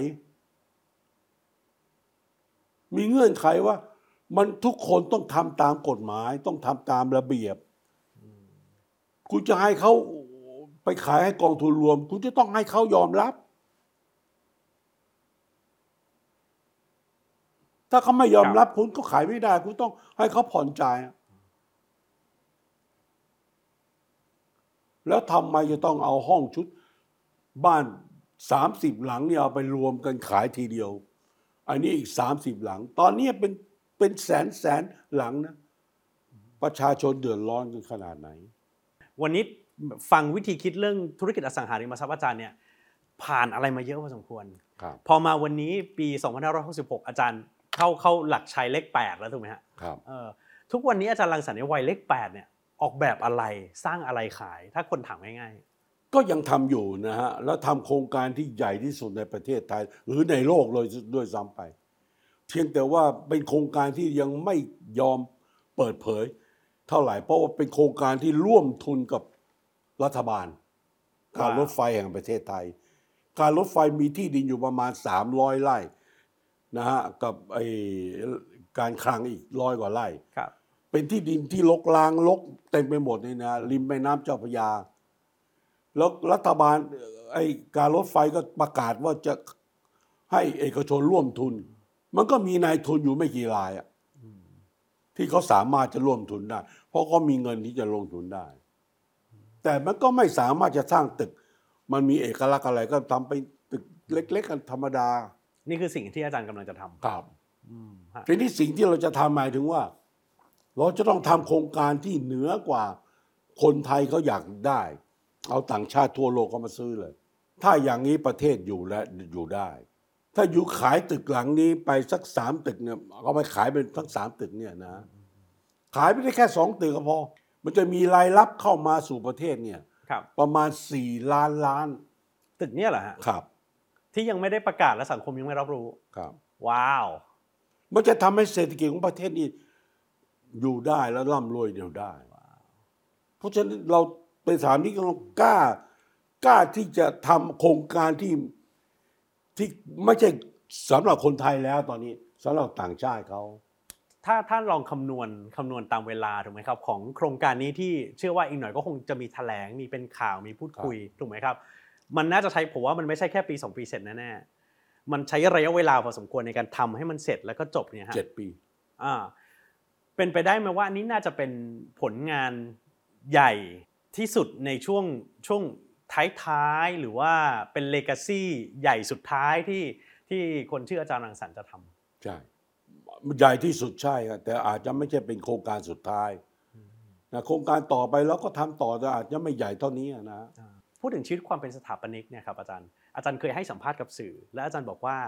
มีเงื่อนไขว่ามันทุกคนต้องทำตามกฎหมายต้องทำตามระเบียบคุณจะให้เขาไปขายให้กองทุนรวมคุณจะต้องให้เขายอมรับถ้าเขาไม่ยอมรับคุณก็ขายไม่ได้คุณต้องให้เขาผ่อนจ่ายแล้วทำไมจะต้องเอาห้องชุดบ้านสามสิบหลังเนี่ยเอาไปรวมกันขายทีเดียวอันนี้อีกสามสิบหลังตอนนี้เป็นเป็นแสนแสนหลังนะประชาชนเดือดร้อนกันขนาดไหนวันนี้ฟังวิธีคิดเรื่องธุรกิจอสังหาริมทรัพย์อาจารย์เนี่ยผ่านอะไรมาเยอะพอสมควรพอมาวันนี้ปีสองพันห้าร้อยหกสิบหกอาจารย์เข้าเข้าหลักชัยเลขแปดแล้วถูกไหมฮะครับทุกวันนี้อาจารย์รังสรรค์ในวัยเลขแปดเนี่ยออกแบบอะไรสร้างอะไรขายถ้าคนถามง่ายๆก็ยังทำอยู่นะฮะแล้วทำโครงการที่ใหญ่ที่สุดในประเทศไทยหรือในโลกเลยด้วยซ้ำไปเพียงแต่ว่าเป็นโครงการที่ยังไม่ยอมเปิดเผยเท่าไหร่เพราะว่าเป็นโครงการที่ร่วมทุนกับรัฐบาลการรถไฟแห่งประเทศไทยการรถไฟมีที่ดินอยู่ประมาณสามร้อยไร่นะฮะกับไอการคลังอีกร้อยกว่าไร่เป็นที่ดินที่รกร้างรกเต็มไปหมดเลยนะริมแม่น้ำเจ้าพระยาแล้วรัฐบาลไอการรถไฟก็ประกาศว่าจะให้เอกชนร่วมทุนมันก็มีนายทุนอยู่ไม่กี่รายอะที่เขาสามารถจะร่วมทุนได้เพราะเขามีเงินที่จะลงทุนได้แต่มันก็ไม่สามารถจะสร้างตึกมันมีเอกลักษณ์อะไรก็ทำไปตึกเล็กๆกันธรรมดานี่คือสิ่งที่อาจารย์กำลังจะทำครับทีนี้สิ่งที่เราจะทำหมายถึงว่าเราจะต้องทำโครงการที่เหนือกว่าคนไทยเขาอยากได้เอาต่างชาติทั่วโลกเขามาซื้อเลยถ้าอย่างนี้ประเทศอยู่และอยู่ได้ถ้าอยู่ขายตึกหลังนี้ไปสักสามตึกเนี่ยเอาไปขายเป็นทั้งสามตึกเนี่ยนะขายไม่ได้แค่สองตึกก็พอมันจะมีรายรับเข้ามาสู่ประเทศเนี่ยประมาณสี่ล้านล้านตึกเนี่ยเหรอฮะครับที่ยังไม่ได้ประกาศและสังคมยังไม่รับรู้ครับว้าวมันจะทำให้เศรษฐกิจของประเทศนี้อยู่ได้แล้วร่ำรวยเดียวได้เพราะฉะนั้นเราไปถามนี้ก็ต้องกล้ากล้าที่จะทำโครงการที่ที่ไม่ใช่สำหรับคนไทยแล้วตอนนี้สำหรับต่างชาติเขาถ้าถ้าลองคำนวณคำนวณตามเวลาถูกไหมครับของโครงการนี้ที่เชื่อว่าอีกหน่อยก็คงจะมีแถลงมีเป็นข่าวมีพูดคุยถูกไหมครับมันน่าจะใช้ผมว่ามันไม่ใช่แค่ปีสองปีเสร็จแน่ๆมันใช้ระยะเวลาพอสมควรในการทำให้มันเสร็จแล้วก็จบเนี่ยฮะเจ็ดปีอ่าเป็นไปได้ไหมว่านี้น่าจะเป็นผลงานใหญ่ที่สุดในช่วงช่วงท้ายๆหรือว่าเป็นเลกาซี่ใหญ่สุดท้ายที่ที่คนชื่ออาจารย์รังสรรค์จะทำใช่ใหญ่ที่สุดใช่ครับแต่อาจจะไม่ใช่เป็นโครงการสุดท้ายนะโครงการต่อไปแล้วก็ทำต่อแต่อาจจะไม่ใหญ่เท่านี้นะพูดถึงชีวิตความเป็นสถาปนิกเนี่ยครับอาจารย์อาจารย์เคยให้สัมภาษณ์กับสื่อและอาจารย์บอกว่า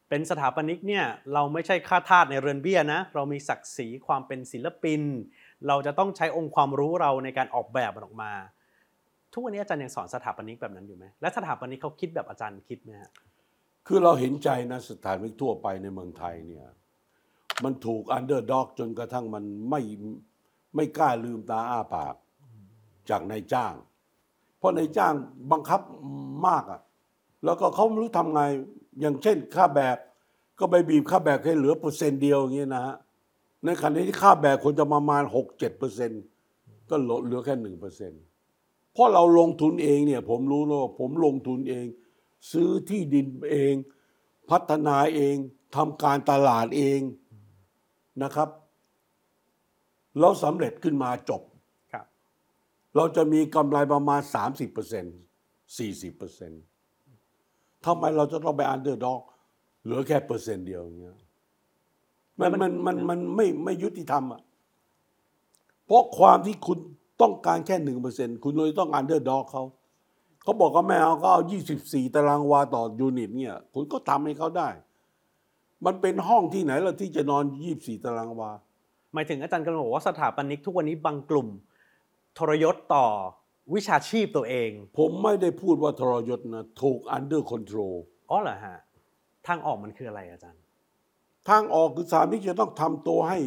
เป็นสถาปนิกเนี่ยเราไม่ใช่ข้าทาสในเรือนเบี้ยนะเรามีศักดิ์ศรีความเป็นศิลปินเราจะต้องใช้องค์ความรู้เราในการออกแบบมันออกมาทุกวันนี้อาจารย์ยังสอนสถาปนิกแบบนั้นอยู่ไหมและสถาปนิกเขาคิดแบบอาจารย์คิดไหมฮะคือเราเห็นใจนะสถาปนิกทั่วไปในเมืองไทยเนี่ยมันถูกอันเดอร์ด็อกจนกระทั่งมันไม่ไม่กล้าลืมตาอ้าปากจากนายจ้าง เพราะนายจ้างบังคับมากอ่ะแล้วก็เขาไม่รู้ทำไงอย่างเช่นค่าแบบก็ไปบีบค่าแบบให้เหลือเปอร์เซ็นต์เดียวอย่างเงี้ยนะฮะในขณะที่ค่าแบบควรจะประมาณหกเจ็ดเปอร์เซ็นต์ก็ลดเหลือแค่หนึ่งเปอร์เซ็นต์เพราะเราลงทุนเองเนี่ยผมรู้แล้วว่าผมลงทุนเอง ซื้อที่ดินเอง พัฒนาเองทำการตลาดเองนะครับแล้วสำเร็จขึ้นมาจบครับเราจะมีกำไรประมาณ สามสิบเปอร์เซ็นต์ สี่สิบเปอร์เซ็นต์ ทำไมเราจะต้องไปอันเดอร์ด็อกเหลือแค่เปอร์เซ็นต์เดียวอย่างเงี้ยมันมันมันมันไม่ไม่ยุติธรรมอ่ะเพราะความที่คุณต้องการแค่หนึ่งเปอร์เซ็นต์คุณเลยต้องอันเดอร์ด็อกเขาเขาบอกว่าไม่เอาก็เอายี่สิบสี่ตารางวาต่อยูนิตเนี่ยคุณก็ทำให้เขาได้มันเป็นห้องที่ไหนล่ะที่จะนอนยี่สิบสี่ตารางวาหมายถึงอาจารย์กำลังบอกว่าสถาปนิกทุกวันนี้บางกลุ่มทรยศต่อวิชาชีพตัวเองผมไม่ได้พูดว่าทรยศนะถูกอันเดอร์คอนโทรลอ๋อเหรอฮะทางออกมันคืออะไรอาจารย์ทางออกคือสถาปนิกจะต้องทำตัวให้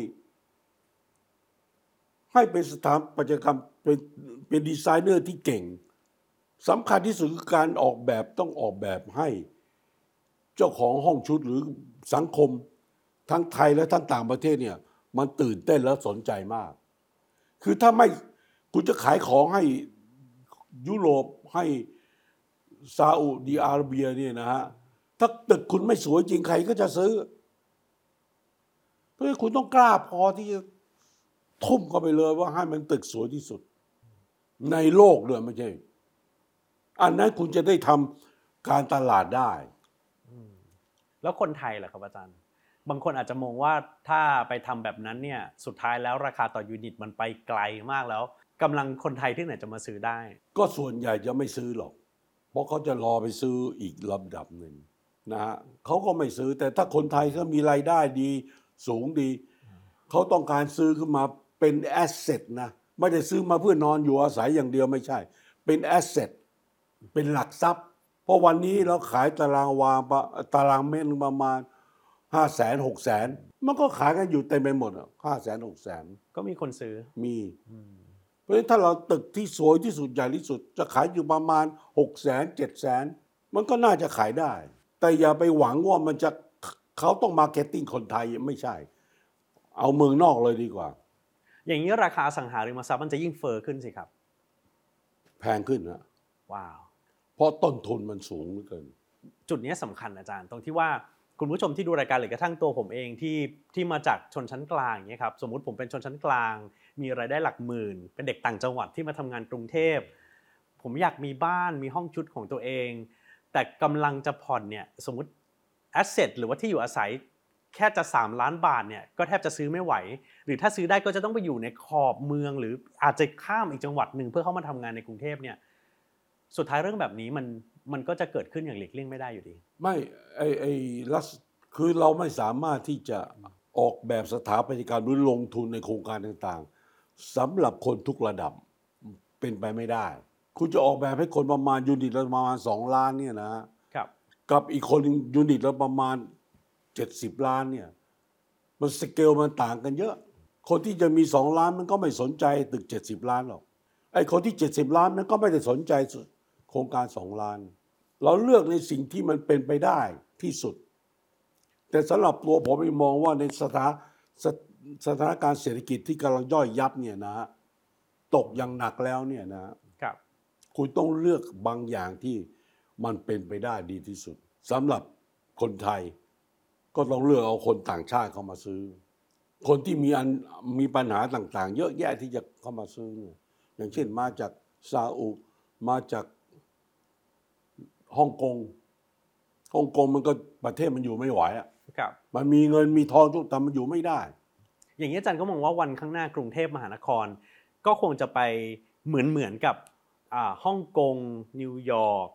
ให้เป็นสถาปัตยกรรมเป็นเป็นดีไซเนอร์ที่เก่งสำคัญที่สุดคือการออกแบบต้องออกแบบให้เจ้าของห้องชุดหรือสังคมทั้งไทยและทั้งต่างประเทศเนี่ยมันตื่นเต้นและสนใจมาก คือถ้าไม่คุณจะขายของให้ยุโรปให้ซาอุดิอาระเบียเนี่ยนะฮะถ้าตึกคุณไม่สวยจริงใครก็จะซื้อเพราะฉะนั้นคุณต้องกล้าพอที่จะทุ่มเข้าไปเลยว่าให้มันตึกสวยที่สุดในโลกเลยไม่ใช่อันนั้นคุณจะได้ทำการตลาดได้แล้วคนไทยล่ะครับอาจารย์บางคนอาจจะมองว่าถ้าไปทำแบบนั้นเนี่ยสุดท้ายแล้วราคาต่อยูนิตมันไปไกลมากแล้วกำลังคนไทยที่ไหนจะมาซื้อได้ก็ส่วนใหญ่จะไม่ซื้อหรอกเพราะเขาจะรอไปซื้ออีกลำดับหนึ่งนะฮะเขาก็ไม่ซื้อแต่ถ้าคนไทยเขามีรายได้ดีสูงดีเขาต้องการซื้อขึ้นมาเป็นแอสเซทนะไม่ได้ซื้อมาเพื่อนอนอยู่อาศัยอย่างเดียวไม่ใช่เป็นแอสเซทเป็นหลักทรัพย์เพราะวันนี้เราขายตารางวาตารางเมตรประมาณห้าแสนหกแสนมันก็ขายกันอยู่เต็มไปหมดอ่ะห้าแสนหกแสนก็มีคนซื้อมีเพราะฉะนั้นถ้าเราตึกที่สวยที่สุดใหญ่ที่สุดจะขายอยู่ประมาณหกแสนเจ็ดแสนมันก็น่าจะขายได้ แต่อย่าไปหวังว่ามันจะเขาต้องมาร์เก็ตติ้งคนไทยไม่ใช่ เอาเมืองนอกเลยดีกว่าอย่างนี้ราคาอสังหาริมทรัพย์มันจะยิ่งเฟอ้อขึ้นสิครับแพงขึ้นนะว้าวเพราะต้นทุนมันสูงเหลือเกินจุดนี้สำคัญอาจารย์ตรงที่ว่าคุณผู้ชมที่ดูรายการหรือกระทั่งตัวผมเองที่ที่มาจากชนชั้นกลางอย่างเงี้ยครับสมมุติผมเป็นชนชั้นกลางมีรายได้หลักหมื่นเป็นเด็กต่างจังหวัดที่มาทำงานกรุงเทพผมอยากมีบ้านมีห้องชุดของตัวเองแต่กำลังจะผ่อนเนี่ยสมมุติแอสเซทหรือว่าที่อยู่อาศัยแค่จะสามล้านบาทเนี่ยก็แทบจะซื้อไม่ไหวหรือถ้าซื้อได้ก็จะต้องไปอยู่ในขอบเมืองหรืออาจจะข้ามอีกจังหวัดหนึ่งเพื่อเข้ามาทำงานในกรุงเทพเนี่ยสุดท้ายเรื่องแบบนี้มันมันก็จะเกิดขึ้นอย่างหลีกเลี่ยงไม่ได้อยู่ดีไม่ไอไอลักคือเราไม่สามารถที่จะออกแบบสถาปัตยกรรมหรือลงทุนในโครงการต่างๆสำหรับคนทุกระดับเป็นไปไม่ได้คุณจะออกแบบให้คนประมาณยูนิตละประมาณสองล้านเนี่ยนะครับกับอีกคนยูนิตละประมาณเจ็ดสิบล้านเนี่ยมันสเกลมันต่างกันเยอะคนที่จะมีสองล้านมันก็ไม่สนใจตึกเจ็ดสิบล้านหรอกไอ้คนที่เจ็ดสิบล้านมันก็ไม่ได้สนใจโครงการสองล้านเราเลือกในสิ่งที่มันเป็นไปได้ที่สุดแต่สำหรับตัวผมมองว่าในสถาสถานการณ์เศรษฐกิจที่กำลังย่อยยับเนี่ยนะตกอย่างหนักแล้วเนี่ยนะครับคุณต้องเลือกบางอย่างที่มันเป็นไปได้ดีที่สุดสำหรับคนไทยก็ต้องเลือกเอาคนต่างชาติเข้ามาซื้อคนที่มีอันมีปัญหาต่างๆเยอะแยะที่จะเข้ามาซื้อเนี่ยอย่างเช่นมาจากซาอุมาจากฮ่องกงฮ่องกงมันก็ประเทศมันอยู่ไม่ไหวอ่ะมันมีเงินมีทองทุกแต่มันอยู่ไม่ได้อย่างนี้อาจารย์ก็มองว่าวันข้างหน้ากรุงเทพมหานครก็คงจะไปเหมือนเหมือนกับฮ่องกงนิวยอร์ก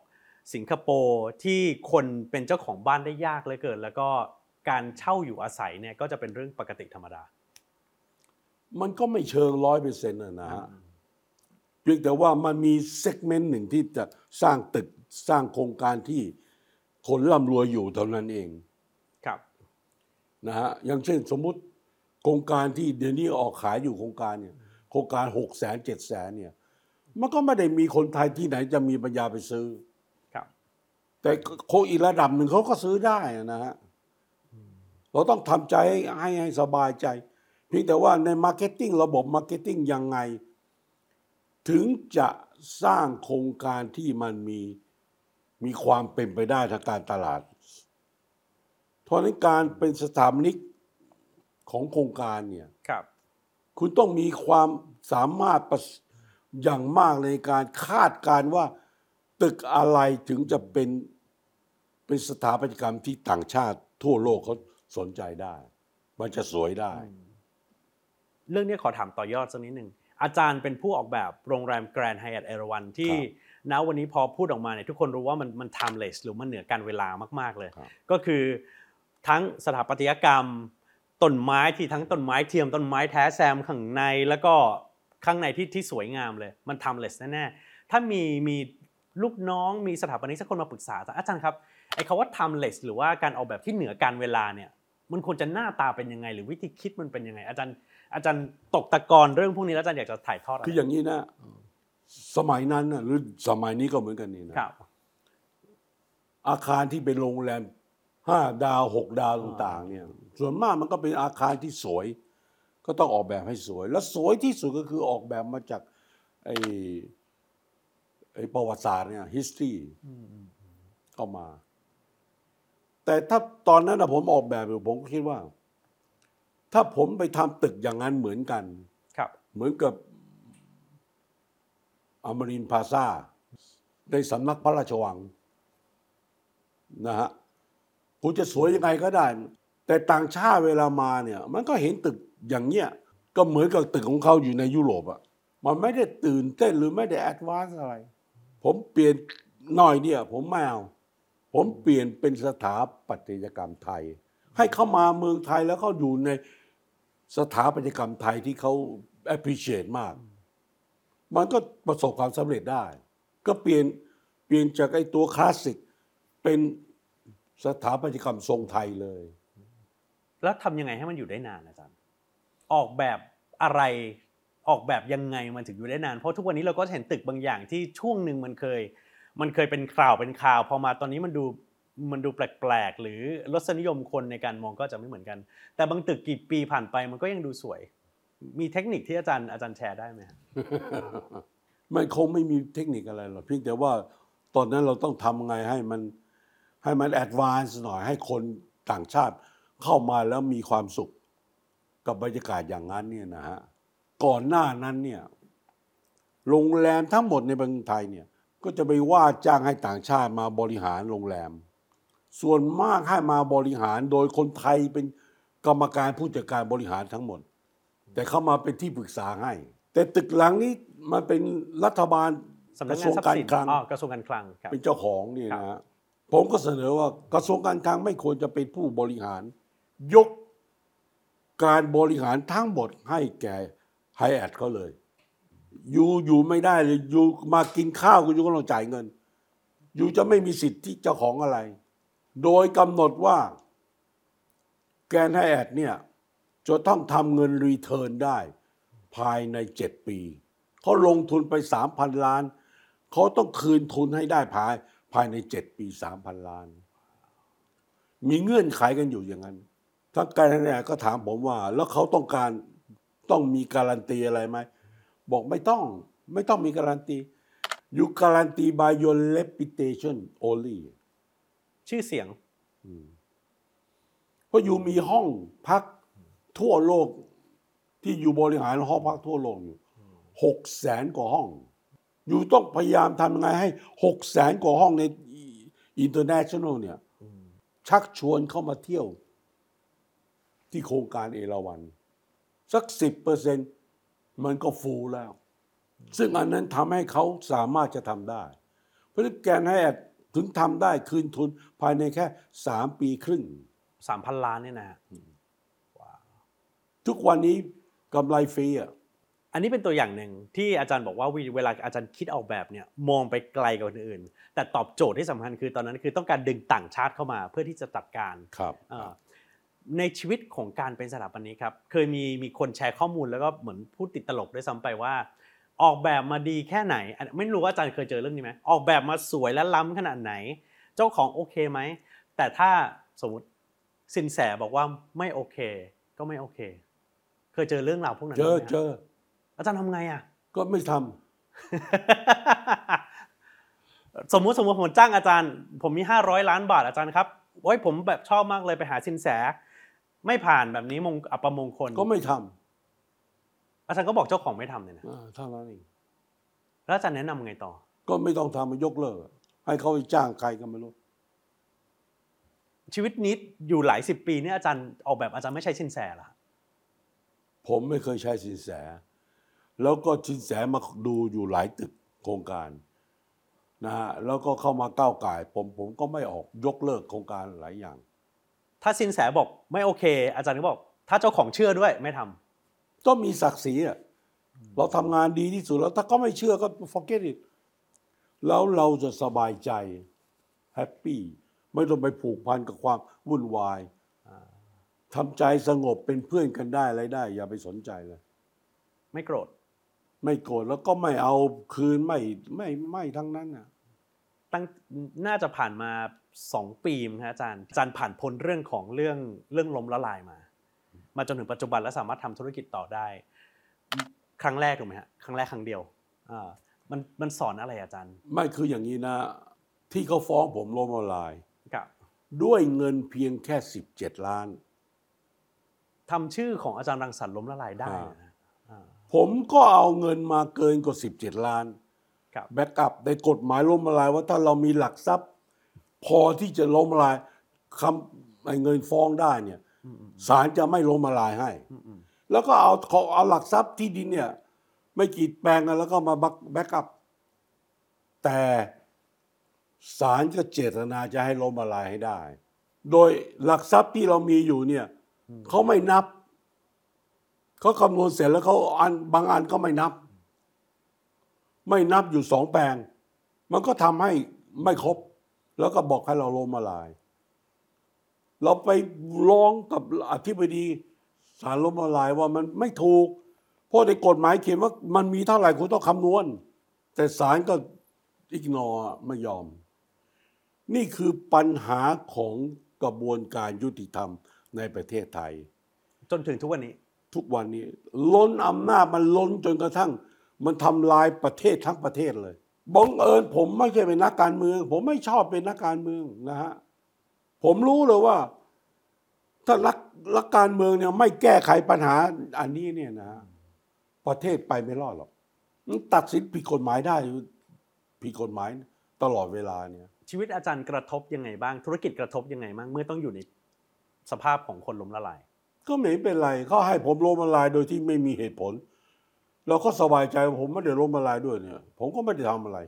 สิงคโปร์ที่คนเป็นเจ้าของบ้านได้ยากเหลือเกินแล้วก็การเช่าอยู่อาศัยเนี่ยก็จะเป็นเรื่องปกติธรรมดามันก็ไม่เชิงร้อยเปอร์เซ็นต์นะฮะเพียงแต่ว่ามันมีเซกเมนต์หนึ่งที่จะสร้างตึกสร้างโครงการที่คนร่ำรวยอยู่เท่านั้นเองครับนะฮะอย่างเช่นสมมุติโครงการที่เดี๋ยวนี้ออกขายอยู่โครงการเนี่ยโครงการหกแสนเจ็ดแสนเนี่ยมันก็ไม่ได้มีคนไทยที่ไหนจะมีปัญญาไปซื้อครับแต่โคอีกระดับหนึ่งเขาก็ซื้อได้นะฮะเราต้องทำใจให้ให้สบายใจเพียงแต่ว่าในมาร์เก็ตติ้งระบบมาร์เก็ตติ้งยังไงถึงจะสร้างโครงการที่มันมีมีความเป็นไปได้ทางการตลาดเพราะนั้นการเป็นสถาปนิกของโครงการเนี่ยครับคุณต้องมีความสามารถอย่างมากในการคาดการณ์ว่าตึกอะไรถึงจะเป็นเป็นสถาปัตยกรรมที่ต่างชาติทั่วโลกเขาสนใจได้มันจะสวยได้เรื่องนี้ขอถามต่อยอดสักนิดหนึ่งอาจารย์เป็นผู้ออกแบบโรงแรมแกรนด์ไฮแอทเอราวัณที่ณวันนี้พอพูดออกมาเนี่ยทุกคนรู้ว่ามันมัน timeless หรือมันเหนือการเวลามากๆเลยก็คือทั้งสถาปัตยกรรมต้นไม้ที่ทั้งต้นไม้เทียมต้นไม้แท้แซมข้างในแล้วก็ข้างในที่ที่สวยงามเลยมัน timeless แน่ๆถ้ามีมีลูกน้องมีสถาปนิกสักคนมาปรึกษาอาจารย์ครับไอ้คำว่า timeless หรือว่าการออกแบบที่เหนือการเวลาเนี่ยมันควรจะหน้าตาเป็นยังไงหรือวิธีคิดมันเป็นยังไงอาจารย์อาจารย์ตกตะกอนเรื่องพวกนี้แล้วอาจารย์อยากจะถ่ายทอดอะไรคืออย่างนี้นะสมัยนั้นนะหรือสมัยนี้ก็เหมือนกันนี่นะครับอาคารที่เป็นโรงแรมห้าดาวหกดาวต่างๆเนี่ยส่วนมากมันก็เป็นอาคารที่สวยก็ต้องออกแบบให้สวยแล้วสวยที่สุดก็คือออกแบบมาจากไอ้ไอ้ประวัติศาสตร์เนี่ย history เข้ามาแต่ถ้าตอนนั้นนะผมออกแบบอยู่ผมก็คิดว่าถ้าผมไปทำตึกอย่างนั้นเหมือนกันเหมือนกับอมรินทร์พลาซ่าในสำนักพระราชวังนะฮะคุณจะสวยยังไงก็ได้แต่ต่างชาติเวลามาเนี่ยมันก็เห็นตึกอย่างเงี้ยก็เหมือนกับตึกของเขาอยู่ในยุโรปอะมันไม่ได้ตื่นเต้นหรือไม่ได้แอดวานซ์อะไรผมเปลี่ยนหน่อยเนี่ยผมไม่เอาผมเปลี่ยนเป็นสถาปัตยกรรมไทยให้เขามาเมืองไทยแล้วเขาอยู่ในสถาปัตยกรรมไทยที่เขา appreciate มากมันก็ประสบความสำเร็จได้ก็เปลี่ยนเปลี่ยนจากไอ้ตัวคลาสสิกเป็นสถาปัตยกรรมทรงไทยเลยแล้วทำยังไงให้มันอยู่ได้นานอาจารย์ออกแบบอะไรออกแบบยังไงมันถึงอยู่ได้นานเพราะทุกวันนี้เราก็เห็นตึกบางอย่างที่ช่วงหนึ่งมันเคยมันเคยเป็นข่าวเป็นข่าวพอมาตอนนี้มันดูมันดูแปลกๆหรือรสนิยมคนในการมองก็จะไม่เหมือนกันแต่บางตึกกี่ปีผ่านไปมันก็ยังดูสวยมีเทคนิคที่อาจารย์อาจารย์แชร์ได้ไหมครับมันคงไม่มีเทคนิคอะไรหรอกเพียงแต่ว่าตอนนั้นเราต้องทำไงให้มันให้มันแอดวานซ์หน่อยให้คนต่างชาติเข้ามาแล้วมีความสุขกับบรรยากาศอย่างนั้นเนี่ยนะฮะก่อนหน้านั้นเนี่ยโรงแรมทั้งหมดในประเทศไทยเนี่ยก็จะไปว่าจ้างให้ต่างชาติมาบริหารโรงแรมส่วนมากให้มาบริหารโดยคนไทยเป็นกรรมการผู้จัดการบริหารทั้งหมดแต่เข้ามาเป็นที่ปรึกษาให้แต่ตึกหลังนี้มันเป็นรัฐบาลกระทรวงการคลังกระทรวงการคลังเป็นเจ้าของนี่นะผมก็เสนอว่ากระทรวงการคลังไม่ควรจะเป็นผู้บริหารยกการบริหารทั้งหมดให้แก่ไฮแอทเขาเลยอยู่อยู่ไม่ได้เลยอยู่มากินข้าวก็อยู่ก็ต้องจ่ายเงินอยู่จะไม่มีสิทธิ์ที่เจ้าของอะไรโดยกำหนดว่าแกนไฮแอทเนี่ยจะต้องทำเงินรีเทิร์นได้ภายในเจ็ดปีเขาลงทุนไป สามพัน ล้านเขาต้องคืนทุนให้ได้ภายภายในเจ็ดปี สามพัน ล้านมีเงื่อนไขกันอยู่อย่างนั้นทั้งการไฮแอทก็ถามผมว่าแล้วเขาต้องการต้องมีการันตีอะไรไหมบอกไม่ต้องไม่ต้องมีการันตี you guarantee by your reputation only ชื่อเสียงเพราะอยู่มีห้องพักทั่วโลกที่อยู่บริหารห้องพักทั่วโลกอยู่หกแสนกว่าห้องอยู่ต้องพยายามทำยังไงให้หกแสนกว่าห้องใน international เนี่ยชักชวนเข้ามาเที่ยวที่โครงการเอราวัณสัก สิบเปอร์เซ็นต์ มันก็ฟูลแล้วซึ่งอันนั้นทำให้เขาสามารถจะทำได้เพราะฉะนั้นแกนไฮแอทถึงทำได้คืนทุนภายในแค่สามปีครึ่งสามพันล้านเนี่ยนะทุกวันนี้กำไรฟรีอ่ะอันนี้เป็นตัวอย่างหนึ่งที่อาจารย์บอกว่าเวลาอาจารย์คิดออกแบบเนี่ยมองไปไกลกว่าคนอื่นแต่ตอบโจทย์ที่สำคัญคือตอนนั้นคือต้องการดึงต่างชาติเข้ามาเพื่อที่จะจัดการครับในชีวิตของการเป็นสถาปนิกครับเคยมีมีคนแชร์ข้อมูลแล้วก็เหมือนพูดติดตลกด้วยซ้ำไปว่าออกแบบมาดีแค่ไหนไม่รู้ว่าอาจารย์เคยเจอเรื่องนี้ไหมออกแบบมาสวยและล้ำขนาดไหนเจ้าของโอเคไหมแต่ถ้าสมมติสินแสบอกว่าไม่โอเคก็ไม่โอเคเคยเจอเรื่องราวพวกนั้นเจอไหมเจออาจารย์ทำไงอ่ะก็ไม่ทำ สมมุติสมมติผมจ้างอาจารย์ผมมีห้าร้อยล้านบาทอาจารย์ครับโอ้ยผมแบบชอบมากเลยไปหาสินแสไม่ผ่านแบบนี้มงอัปมงคลก็ไม่ทอาจารย์ก็บอกเจ้าของไม่ทำเลยนะำเท่านั้นเองแล้วอาจารย์แนะนำไงต่อก็ไม่ต้องทำมายกเลิกให้เขาไปจ้างใครก็ไม่รู้ชีวิตนี้อยู่หลายสิบปีเนี่ยอาจารย์ออกแบบอาจารย์ไม่ใช่สินแสเหรอผมไม่เคยใช้สินแส แล้วก็สินแสมาดูอยู่หลายตึกโครงการนะฮะแล้วก็เข้ามาก้าวไก่ผมผมก็ไม่ออกยกเลิกโครงการหลายอย่างถ้าสินแสบอกไม่โอเค อาจารย์ก็บอกถ้าเจ้าของเชื่อด้วยไม่ทำก็มีศักดิ์ศรีอ่ะเราทำงานดีที่สุดแล้วถ้าก็ไม่เชื่อก็ forget it แล้วเราจะสบายใจแฮปปี้ไม่ต้องไปผูกพันกับความวุ่นวายทำใจสงบเป็นเพื่อนกันได้อะไรได้ อย่าไปสนใจเลยไม่โกรธไม่โกรธแล้วก็ไม่เอาคืนไม่ไม่ไม่ทั้งนั้นน่ะตั้งน่าจะผ่านมาสองปีมั้งครับอาจารย์อาจารย์ผ่านพ้นเรื่องของเรื่องเรื่องล้มละลายมา มาจนถึงปัจจุบันและสามารถทำธุรกิจต่อได้ ครั้งแรกถูกไหมฮะครั้งแรกครั้งเดียวอ่ามันมันสอนอะไรอาจารย์ไม่คืออย่างนี้นะ ที่เขาฟ้องผมล้มละลายกับด้วยเงินเพียงแค่สิบเจ็ดล้านทำชื่อของอาจารย์รังสรรค์ล้มละลายได้นะอ่าผมก็เอาเงินมาเกินกว่าสิบเจ็ดล้านครับแบ็กอัพในกฎหมายล้มละลายว่าถ้าเรามีหลักทรัพย์ พอที่จะล้มละลายคำไอ้เงินฟ้องได้เนี่ยศาลจะไม่ล้มละลายให้ แล้วก็เอาขอเอาหลักทรัพย์ที่ดินเนี่ยไม่กี่แปลงกันแล้วก็มาแบ็กอัพแต่ศาลก็เจตนาจะให้ล้มละลายให้ได้ โดยหลักทรัพย์ที่เรามีอยู่เนี่ยเขาไม่นับเขาคำนวณเสร็จแล้วเขาอันบางอันก็ไม่นับ ไม่นับอยู่สองแปลง มันก็ทำให้ไม่ครบ แล้วก็บอกให้เราล้มละลาย เราไปร้องกับอธิบดีศาลล้มละลายว่ามันไม่ถูก เพราะในกฎหมายเขียนว่ามันมีเท่าไหร่คุณต้องคำนวณ แต่ศาลก็อิกนอไม่ยอม นี่คือปัญหาของกระบวนการยุติธรรมในประเทศไทยจนถึงทุกวันนี้ทุกวันนี้ล้นอำนาจมันล้นจนกระทั่ง มันทำลายประเทศทั้งประเทศเลยบังเอิญผมไม่ใช่เป็นนักการเมือง ผมไม่ชอบเป็นนักการเมืองนะฮะผมรู้เลยว่า ถ้ารักรักการเมืองเนี่ยไม่แก้ไขปัญหาอันนี้เนี่ยนะประเทศไปไม่รอดหรอกมันตัดสินผิดกฎหมายได้ผิดกฎหมายตลอดเวลาเนี่ยชีวิตอาจารย์กระทบยังไงบ้างธุรกิจกระทบยังไงบ้างเมื่อต้องอยู่ในสภาพของคนล้มละลายก็ไม่เป็นไรเขาให้ผมล้มละลายโดยที่ไม่มีเหตุผล เราก็สบายใจผมไม่ได้ล้มละลายด้วยเนี่ย ผมก็ไม่ได้ทำอะไร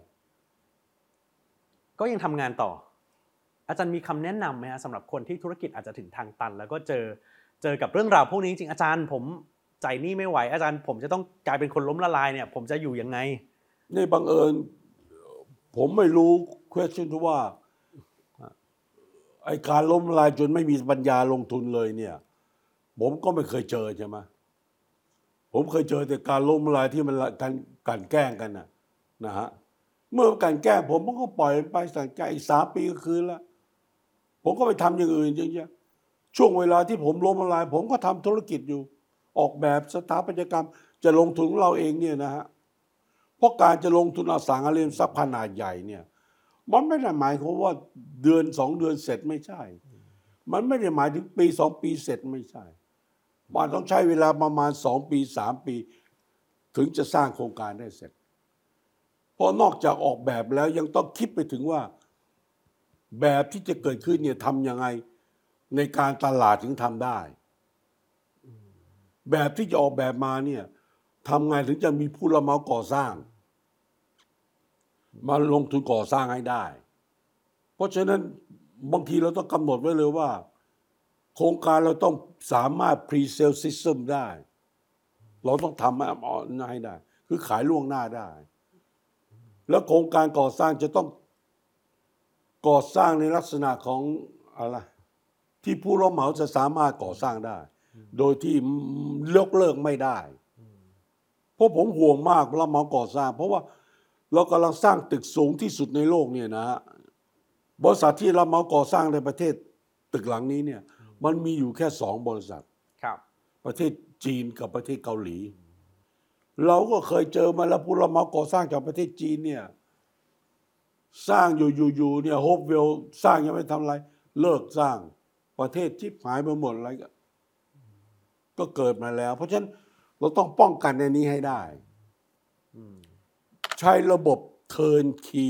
ก็ยังทำงานต่อ อาจารย์มีคำแนะนำไหมฮะสำหรับคนที่ธุรกิจอาจจะถึงทางตัน แล้วก็เจอเจอกับเรื่องราวพวกนี้จริงๆอาจารย์ผมใจหนี้ไม่ไหวอาจารย์ผมจะต้องกลายเป็นคนล้มละลายเนี่ยผมจะอยู่ยังไงนี่บังเอิญผมไม่รู้ question ที่ว่าไอ้การล้มละลายจนไม่มีปัญญาลงทุนเลยเนี่ย ผมก็ไม่เคยเจอใช่ไหมผมเคยเจอแต่การล้มละลายที่มันการการแกล้งกันนะนะฮะเมื่อการแกล้งผมผมก็ปล่อยไปสั่งใจอีกสามปีก็คืนแล้วผมก็ไปทำอย่างอื่นเยอะๆช่วงเวลาที่ผมล้มละลาย ผมก็ทำธุรกิจอยู่ ออกแบบสถาปัตยกรรมจะลงทุนของเราเองเนี่ยนะฮะเพราะการจะลงทุนอสังหาริมทรัพย์ขนาดใหญ่เนี่ยมันไม่ได้หมายความว่าเดือนสองเดือนเสร็จไม่ใช่ มันไม่ได้หมายถึงปีสองปีเสร็จไม่ใช่มันต้องใช้เวลาประมาณสองปีสามปี ถึงจะสร้างโครงการได้เสร็จเพราะนอกจากออกแบบแล้วยังต้องคิดไปถึงว่าแบบที่จะเกิดขึ้นเนี่ยทำยังไงในการตลาดถึงทำได้ แบบที่จะออกแบบมาเนี่ยทำไงถึงจะมีผู้รับเหมาก่อสร้างมาลงทุนก่อสร้างให้ได้เพราะฉะนั้นบางทีเราต้องกำหนดไว้เลยว่า โครงการเราต้องสามารถ pre-sale system ได้ เราต้องทำให้ได้คือขายล่วงหน้าได้ แล้วโครงการก่อสร้างจะต้องก่อสร้างในลักษณะของอะไรที่ผู้รับเหมาจะสามารถก่อสร้างได้ โดยที่ยกเลิกไม่ได้ เพราะผมห่วงมากรับเหมาก่อสร้าง เพราะว่าเรากำลังสร้างตึกสูงที่สุดในโลกเนี่ยนะฮะบริษัทที่รับเหมาก่อสร้างในประเทศตึกหลังนี้เนี่ยมันมีอยู่แค่สองบริษัทครับประเทศจีนกับประเทศเกาหลี เราก็เคยเจอมาแล้วผู้รับเหมาก่อสร้างจากประเทศจีนเนี่ยสร้างอยู่ๆเนี่ยโฮปเวลสร้างยังไม่ทำอะไรเลิกสร้างประเทศชิบหายไปหมดอะไรก็ก็เกิดมาแล้ว เพราะฉะนั้นเราต้องป้องกันในนี้ให้ได้ใช้ระบบ turnkey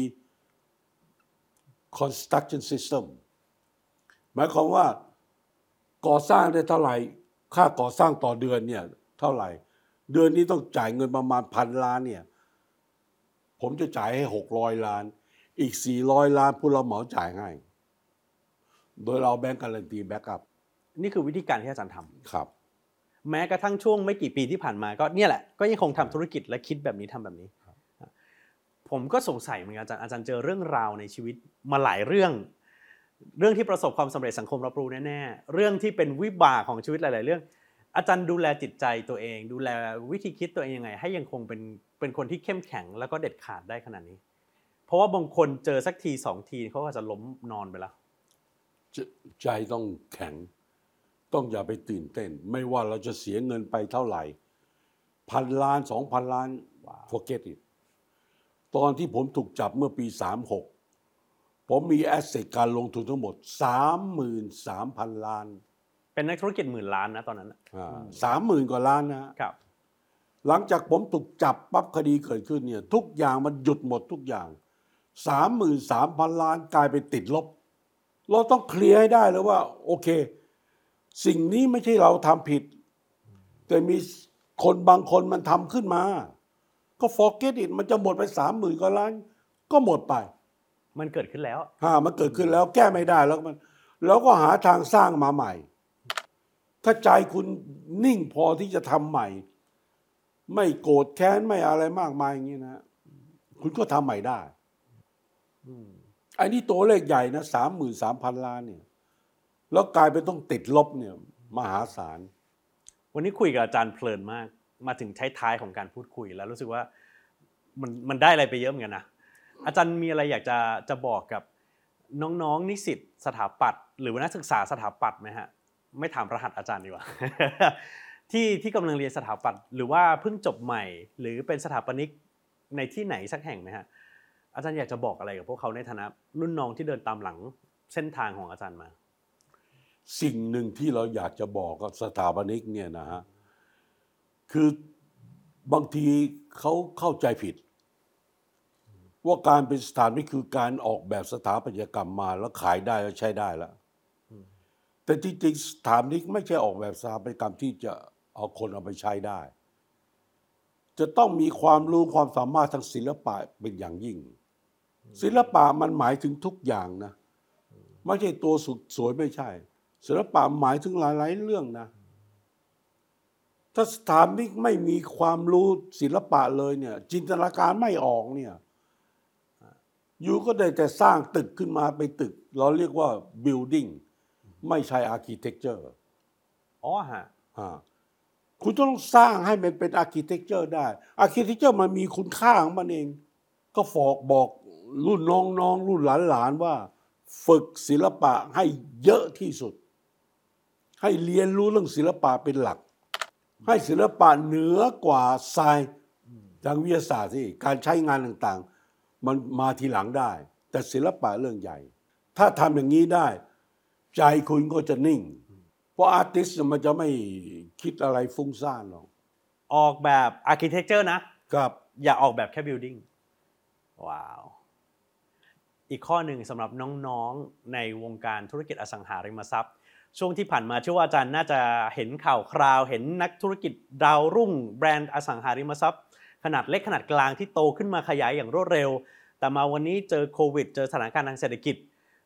construction system หมายความว่าก่อสร้างได้เท่าไหร่ค่าก่อสร้างต่อเดือนเนี่ยเท่าไหร่เดือนนี้ต้องจ่ายเงินประมาณพันล้านเนี่ยผมจะจ่ายให้หกร้อยล้านอีกสี่ร้อยล้านผู้รับเหมาจ่ายให้โดยเราแบงก์การันตีแบ็กอัพนี่คือวิธีการที่อาจารย์ทำครับแม้กระทั่งช่วงไม่กี่ปีที่ผ่านมาก็เนี่ยแหละก็ยังคงทำธุรกิจและคิดแบบนี้ทำแบบนี้ผมก็สงสัยเหมือนกันอาจารย์อาจารย์เจอเรื่องราวในชีวิตมาหลายเรื่องเรื่องที่ประสบความสำเร็จสังคมรับรู้แน่ๆเรื่องที่เป็นวิบากของชีวิตหลายๆเรื่องอาจารย์ดูแลจิตใจตัวเองดูแลวิธีคิดตัวเองยังไงให้ยังคงเป็นเป็นคนที่เข้มแข็งแล้วก็เด็ดขาดได้ขนาดนี้เพราะว่าบางคนเจอสักทีสองทีเขาก็จะล้มนอนไปแล้วใจต้องแข็งต้องอย่าไปตื่นเต้นไม่ว่าเราจะเสียเงินไปเท่าไหร่พันล้านสองพันล้าน forget it ตอนที่ผมถูกจับเมื่อปีสามหกผมมีแอสเซทการลงทุนทั้งหมด สามหมื่นสามพัน ล้านเป็นนักธุรกิจหมื่นล้านนะตอนนั้นอ่าสามหมื่นกว่าล้านนะครับหลังจากผมถูกจับปั๊บคดีเกิดขึ้นเนี่ยทุกอย่างมันหยุดหมดทุกอย่าง สามหมื่นสามพัน ล้านกลายเป็นติดลบเราต้องเคลียร์ให้ได้เลยว่าโอเคสิ่งนี้ไม่ใช่เราทำผิดแต่มีคนบางคนมันทำขึ้นมาก็ forget it มันจะหมดไปสามหมื่นกว่าล้านก็หมดไปมันเกิดขึ้นแล้วฮะมันเกิดขึ้นแล้วแก้ไม่ได้แล้วมันแล้วก็หาทางสร้างมาใหม่ถ้าใจคุณนิ่งพอที่จะทำใหม่ไม่โกรธแค้นไม่อะไรมากมายอย่างนี้นะคุณก็ทำใหม่ได้ไอ้นี่ตัวเลขใหญ่นะสามหมื่นสามพันล้านเนี่ยแล้วกลายเป็นต้องติดลบเนี่ยมหาศาลวันนี้คุยกับอาจารย์เพลินมากมาถึงท้ายๆของการพูดคุยแล้วรู้สึกว่ามันมันได้อะไรไปเยอะเหมือนกันนะอาจารย์มีอะไรอยากจะจะบอกกับน้องๆนิสิตสถาปัตย์หรือว่านักศึกษาสถาปัตย์ไหมฮะไม่ถามรหัสอาจารย์ดีกว่า ที่ที่กำลังเรียนสถาปัตย์หรือว่าเพิ่งจบใหม่หรือเป็นสถาปนิกในที่ไหนสักแห่งไหมฮะอาจารย์อยากจะบอกอะไรกับพวกเขาในฐานะรุ่นน้องที่เดินตามหลังเส้นทางของอาจารย์มาสิ่งหนึ่งที่เราอยากจะบอกกับสถาปนิกเนี่ยนะฮะคือบางทีเขาเข้าใจผิดว่าการเป็นสถาปนิกคือการออกแบบสถาปัตยกรรมมาแล้วขายได้แล้วใช้ได้แล้วแต่จริงๆสถาปนิกไม่ใช่ออกแบบสถาปัตยกรรมที่จะเอาคนเอาไปใช้ได้จะต้องมีความรู้ความสามารถทางศิลปะเป็นอย่างยิ่งศิลปะมันหมายถึงทุกอย่างนะไม่ใช่ตัวสุดสวยไม่ใช่ศิลปะหมายถึงหลายๆเรื่องนะถ้าสถาปนิกไม่มีความรู้ศิลปะเลยเนี่ยจินตนาการไม่ออกเนี่ยอยู่ก็ได้แต่สร้างตึกขึ้นมาเป็นตึกเราเรียกว่า building ไม่ใช่ architecture อ๋อฮะอ่าคุณต้องสร้างให้มันเป็น architecture ได้ architecture มันมีคุณค่าของมันเองก็ฝอกบอกรุ่นน้องๆรุ่นหลานๆว่าฝึกศิลปะให้เยอะที่สุดให้เรียนรู้เรื่องศิลปะเป็นหลักให้ศิลปะเหนือกว่าไซน์ทางวิทยาศาสตร์ที่การใช้งานต่างๆมันมาทีหลังได้แต่ศิลปะเรื่องใหญ่ถ้าทำอย่างนี้ได้ใจคุณก็จะนิ่งเพราะอาร์ติสต์มันจะไม่คิดอะไรฟุ้งซ่านหรอกออกแบบอาร์คิเทคเจอร์นะครับอย่าออกแบบแค่บิลดิ้งว้าวอีกข้อหนึ่งสำหรับน้องๆในวงการธุรกิจอสังหาริมทรัพย์ช่วงที่ผ่านมาเชื่อว่าอาจารย์น่าจะเห็นข่าวคราวเห็นนักธุรกิจดาวรุ่งแบรนด์อสังหาริมทรัพย์ขนาดเล็กขนาดกลางที่โตขึ้นมาขยายอย่างรวดเร็วแต่มาวันนี้เจอโควิดเจอสถานการณ์ทางเศรษฐกิจ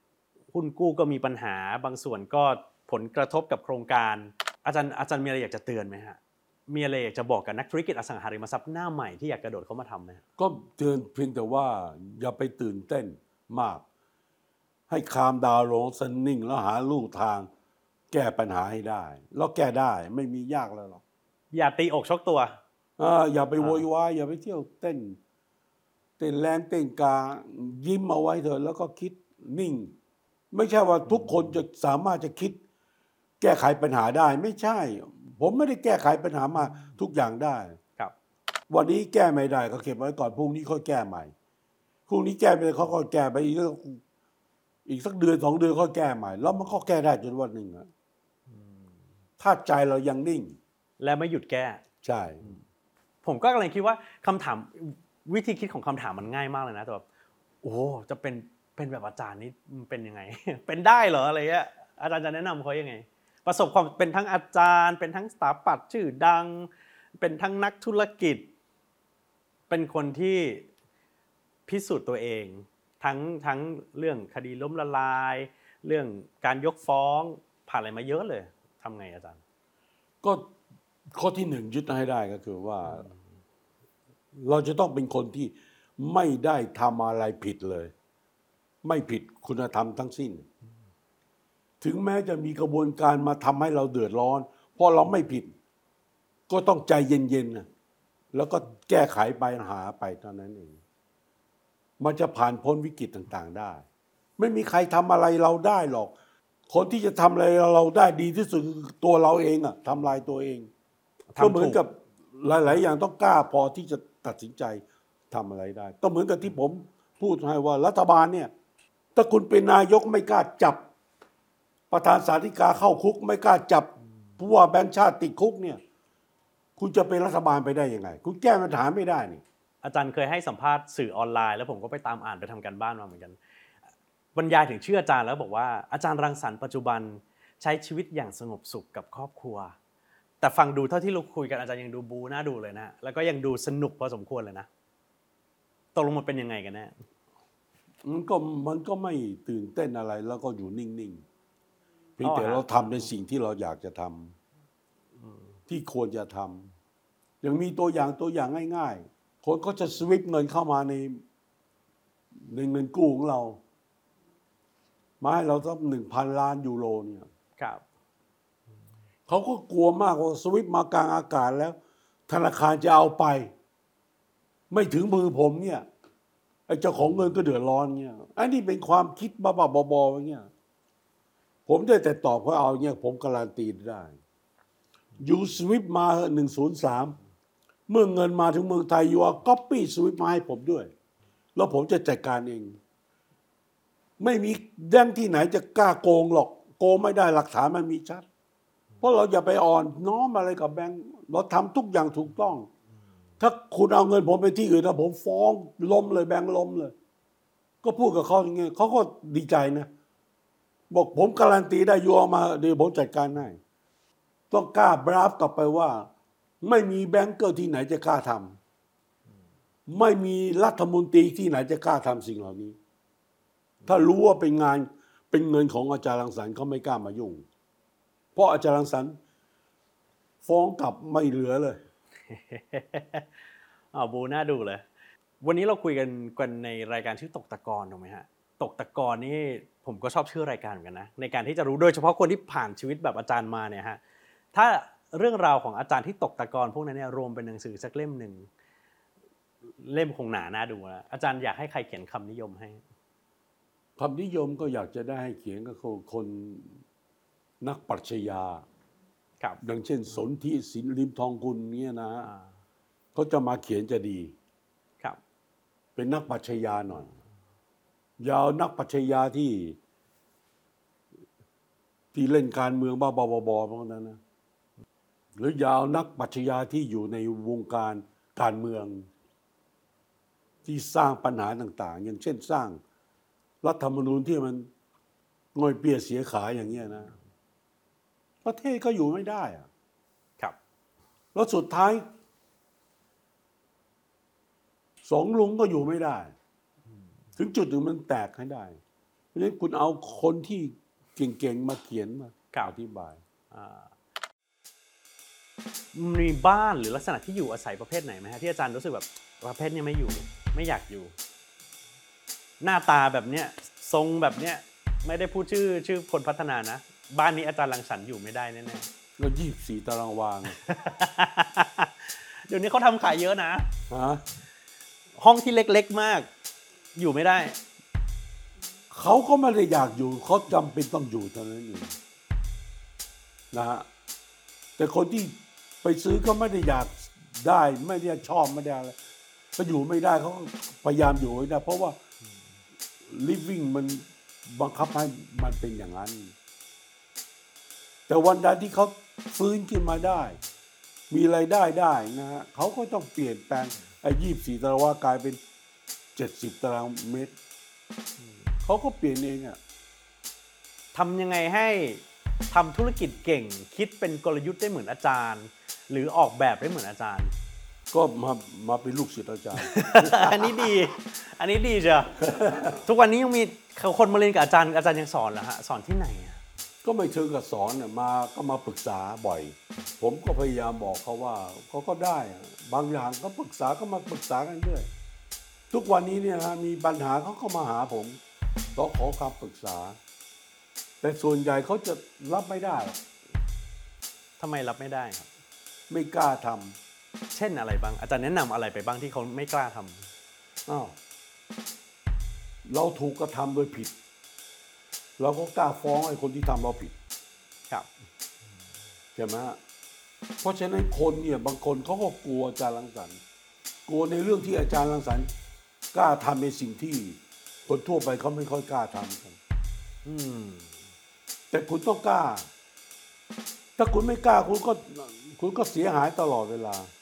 หุ้นกู้ก็มีปัญหาบางส่วนก็ผลกระทบกับโครงการอาจารย์อาจารย์มีอะไรอยากจะเตือนไหมฮะมีอะไรอยากจะบอกกับนักธุรกิจอสังหาริมทรัพย์หน้าใหม่ที่อยากกระโดดเข้ามาทำไหมฮะก็เตือนเพียงแต่ว่าอย่าไปตื่นเต้นมาก ให้คามดาวลงสนิ่งแล้วหาลู่ทางแก้ปัญหาให้ได้ แล้วแก้ได้ไม่มียากแล้วหรอกอย่าตีอกชกตัวอ่าอย่าไปอ่าโวยวายอย่าไปเที่ยวเต้น เต้นแรงเต้นกายิ้มเอาไว้เถอะแล้วก็คิดนิ่ง ไม่ใช่ว่าทุกคนจะสามารถจะคิด แก้ไขปัญหาได้ ไม่ใช่ ผมไม่ได้แก้ไขปัญหามาทุกอย่างได้ครับวันนี้แก้ไม่ได้ก็เก็บไว้ก่อนพรุ่งนี้ค่อยแก้ใหม่พรุ่งนี้แก้ไม่ได้เขาก็แก้ไปอีกสักอีกสักเดือนสองเดือนค่อยแก้ใหม่ แล้วมันก็แก้ได้จนวันหนึ่งอะถ้าใจเรายังนิ่งและไม่หยุดแก้ใช่ผมก็กำลังคิดว่าคำถามวิธีคิดของคำถามมันง่ายมากเลยนะแต่แบบโอ้จะเป็นเป็นแบบอาจารย์นี่มันเป็นยังไง เป็นได้เหรออะไรเงี้ยอาจารย์จะแนะนำเขายังไง ประสบความเป็นทั้งอาจารย์ เป็นทั้งสถาปัตย์ชื่อดัง เป็นทั้งนักธุรกิจ เป็นคนที่พิสูจน์ตัวเอง ทั้งทั้งเรื่องคดีล้มละลาย เรื่องการยกฟ้องผ่านอะไรมาเยอะเลยทำไงอาจารย์ก็ข้อที่หนึ่งยึดให้ได้ก็คือว่า เราจะต้องเป็นคนที่ไม่ได้ทำอะไรผิดเลย ไม่ผิดคุณธรรมทั้งสิ้น ถึงแม้จะมีกระบวนการมาทำให้เราเดือดร้อนเพราะเราไม่ผิด ก็ต้องใจเย็นๆนะแล้วก็แก้ไขปัญหาไปเท่านั้นเอง มันจะผ่านพ้นวิกฤตต่างๆได้ ไม่มีใครทำอะไรเราได้หรอก คนที่จะทำอะไรเราได้ดีที่สุดคือตัวเราเองอะทำลายตัวเองทำถูกก็เหมือนกับหลายๆอย่างต้องกล้าพอที่จะตัดสินใจทำอะไรได้ ก็เหมือนกับที่ผมพูดให้ว่ารัฐบาลเนี่ย ถ้าคุณเป็นนายกไม่กล้าจับประธานศาลฎีกาเข้าคุก ไม่กล้าจับผู้ว่าแบงค์ชาติติดคุกเนี่ย คุณจะเป็นรัฐบาลไปได้ยังไง คุณแก้ปัญหาไม่ได้นี่อาจารย์เคยให้สัมภาษณ์สื่อออนไลน์แล้วผมก็ไปตามอ่านไปทำการบ้านมาเหมือนกันบรรยายถึงชื่ออาจารย์แล้วบอกว่าอาจารย์รังสรรค์ปัจจุบันใช้ชีวิตอย่างสงบสุขกับครอบครัวแต่ฟังดูเท่าที่เราคุยกันอาจารย์ยังดูบูน่าดูเลยนะแล้วก็ยังดูสนุกพอสมควรเลยนะตกลงมันเป็นยังไงกันแน่มันก็มันก็ไม่ตื่นเต้นอะไรแล้วก็อยู่นิ่งๆเพียงแต่เราทำในสิ่งที่เราอยากจะทำที่ควรจะทำอย่างมีตัวอย่างตัวอย่างง่ายๆคนก็จะสวิปเงินเข้ามาในในเงินกู้ของเรามาให้เราสักหนึ่งพันล้านยูโรเนี่ยครับเขาก็กลัวมากว่าสวิปมากลางอากาศแล้ว ธนาคารจะเอาไป ไม่ถึงมือผมเนี่ยไอ้เจ้าของเงินก็เดือดร้อนเนี่ยอันนี้เป็นความคิดบ้าๆบอๆอย่างเงี้ยผมได้แต่ตอบเขาเอาเนี่ยผมการันตีได้ยูสวิปมาหนึ่งศูนย์สามเมื่อเงินมาถึงเมืองไทยยูอาก๊อปปี้สวิปมาให้ผมด้วย แล้วผมจะจัดการเอง ไม่มีแดงที่ไหนจะกล้าโกงหรอกโกงไม่ได้หลักฐานมันมีชัด เพราะเราอย่าไปอ่อนน้อมอะไรกับแบงค์เราทำทุกอย่างถูกต้อง ถ้าคุณเอาเงินผมไปที่อื่นนะผมฟ้องล้มเลยแบงค์ล้มเลย ก็พูดกับเขาอย่างเงี้ยเขาก็ดีใจนะบอกผมการันตีได้ยูเอามาเดี๋ยวผมจัดการให้ต้องกล้าบราฟกลับไปว่า ไม่มีแบงก์เกอร์ที่ไหนจะกล้าทำไม่มีรัฐมนตรีที่ไหนจะกล้าทำสิ่งเหล่านี้ ถ้ารู้ว่าเป็นงานเป็นเงินของอาจารย์รังสรรค์เขาไม่กล้ามายุ่ง เพราะอาจารย์รังสรรค์ฟ้องกลับไม่เหลือเลยอ๋อบูน่าดูเลย วันนี้เราคุยกันกันในรายการชื่อตกตะกอนถูกไหมฮะตกตะกอนนี่ผมก็ชอบชื่อรายการเหมือนกันนะในการที่จะรู้โดยเฉพาะคนที่ผ่านชีวิตแบบอาจารย์มาเนี่ยฮะถ้าเรื่องราวของอาจารย์ที่ตกตะกอนพวกนั้นเนี่ยรวมเป็นหนังสือสักเล่มหนึ่งเล่มคงหนาน่าดูแล้วอาจารย์อยากให้ใครเขียนคำนิยมให้คำนิยมก็อยากจะได้ให้เขียนก็คือคนนักปรัชญาครับดังเช่นสนธิสินริมทองกุลเนี่ยนะอ่าเขาจะมาเขียนจะดีครับเป็นนักปรัชญาหน่อยอยาวนักปรัชญาที่ ที่เล่นการเมืองบ้าบอๆพวกนั้นนะหรือยาวนักปรัชญาที่อยู่ในวงการการเมือง ที่สร้างปัญหาต่างๆ อย่างเช่นสร้างรัฐธรรมนูญที่มันง่อยเปียเสียขายอย่างเงี้ยนะประเทศก็อยู่ไม่ได้อะครับแล้วสุดท้ายสองลุงก็อยู่ไม่ได้ ถึงจุดหนึ่งมันแตกให้ได้ะฉะนั้นคุณเอาคนที่เก่งๆมาเขียนมาครับอธิบายอ่ามีบ้านหรือลักษณะที่อยู่อาศัยประเภทไหนไหมฮะที่อาจารย์รู้สึกแบบประเภทนี้ไม่อยู่ไม่อยากอยู่ หน้าตาแบบเนี้ยทรงแบบเนี้ยไม่ได้พูดชื่อชื่อคนพัฒนานะ บ้านนี้อาจารย์รังสรรค์อยู่ไม่ได้แน่แล้วยี่สิบสี่ตารางวาไงๆ เดี๋ยวนี้เขาทำขายเยอะนะฮะห้องที่เล็กๆมาก อยู่ไม่ได้เขาก็ไม่ได้อยากอยู่เขาจำเป็นต้องอยู่เท่านั้นเองนะฮะแต่คนที่ไปซื้อก็ไม่ได้อยากได้ไม่ได้ชอบไม่ได้อะไรก็อยู่ไม่ได้เขาก็พยายามอยู่ให้ได้เพราะว่า living มันบังคับให้มันเป็นอย่างนั้น แต่วันใดที่เขาฟื้นขึ้นมาได้ มีรายได้ได้นะฮะเขาก็ต้องเปลี่ยนแปลงไอ้ยี่สิบสี่ตารางวากลายเป็นเจ็ดสิบตารางเมตรเขาก็เปลี่ยนเองอ่ะทำยังไงให้ทำธุรกิจเก่ง คิดเป็นกลยุทธ์ได้เหมือนอาจารย์ หรือออกแบบได้เหมือนอาจารย์ก็มามาเป็นลูกศิษย์อาจารย์อันนี้ดี อันนี้ดีจ้ะ ทุกวันนี้ยังมีคนมาเรียนกับอาจารย์อาจารย์ยังสอนเหรอฮะสอนที่ไหนอะก็ไม่เชิงกับสอนน่ะมาก็มาปรึกษาบ่อย ผมก็พยายามบอกเขาว่าเขาก็ได้อะบางอย่างก็ปรึกษาก็มาปรึกษากันเรื่อยทุกวันนี้เนี่ยฮะมีปัญหาเขาก็มาหาผมเขาขอคำปรึกษา แต่ส่วนใหญ่เขาจะรับไม่ได้ทำไมรับไม่ได้ครับไม่กล้าทำเช่นอะไรบ้างอาจารย์แนะนำอะไรไปบ้างที่เขาไม่กล้าทำอ้าวเราถูกกระทำโดยผิด เราก็กล้าฟ้องไอ้คนที่ทำเราผิดครับใช่ไหมฮะเพราะฉะนั้นคนเนี่ยบางคนเขาก็กลัวอาจารย์รังสรรค์กลัวในเรื่องที่อาจารย์รังสรรค์กล้าทำในสิ่งที่คนทั่วไปเขาไม่ค่อยกล้าทำกันอืมแต่คุณต้องกล้า ถ้าคุณไม่กล้าคุณก็คุณก็เสียหายตลอดเวลา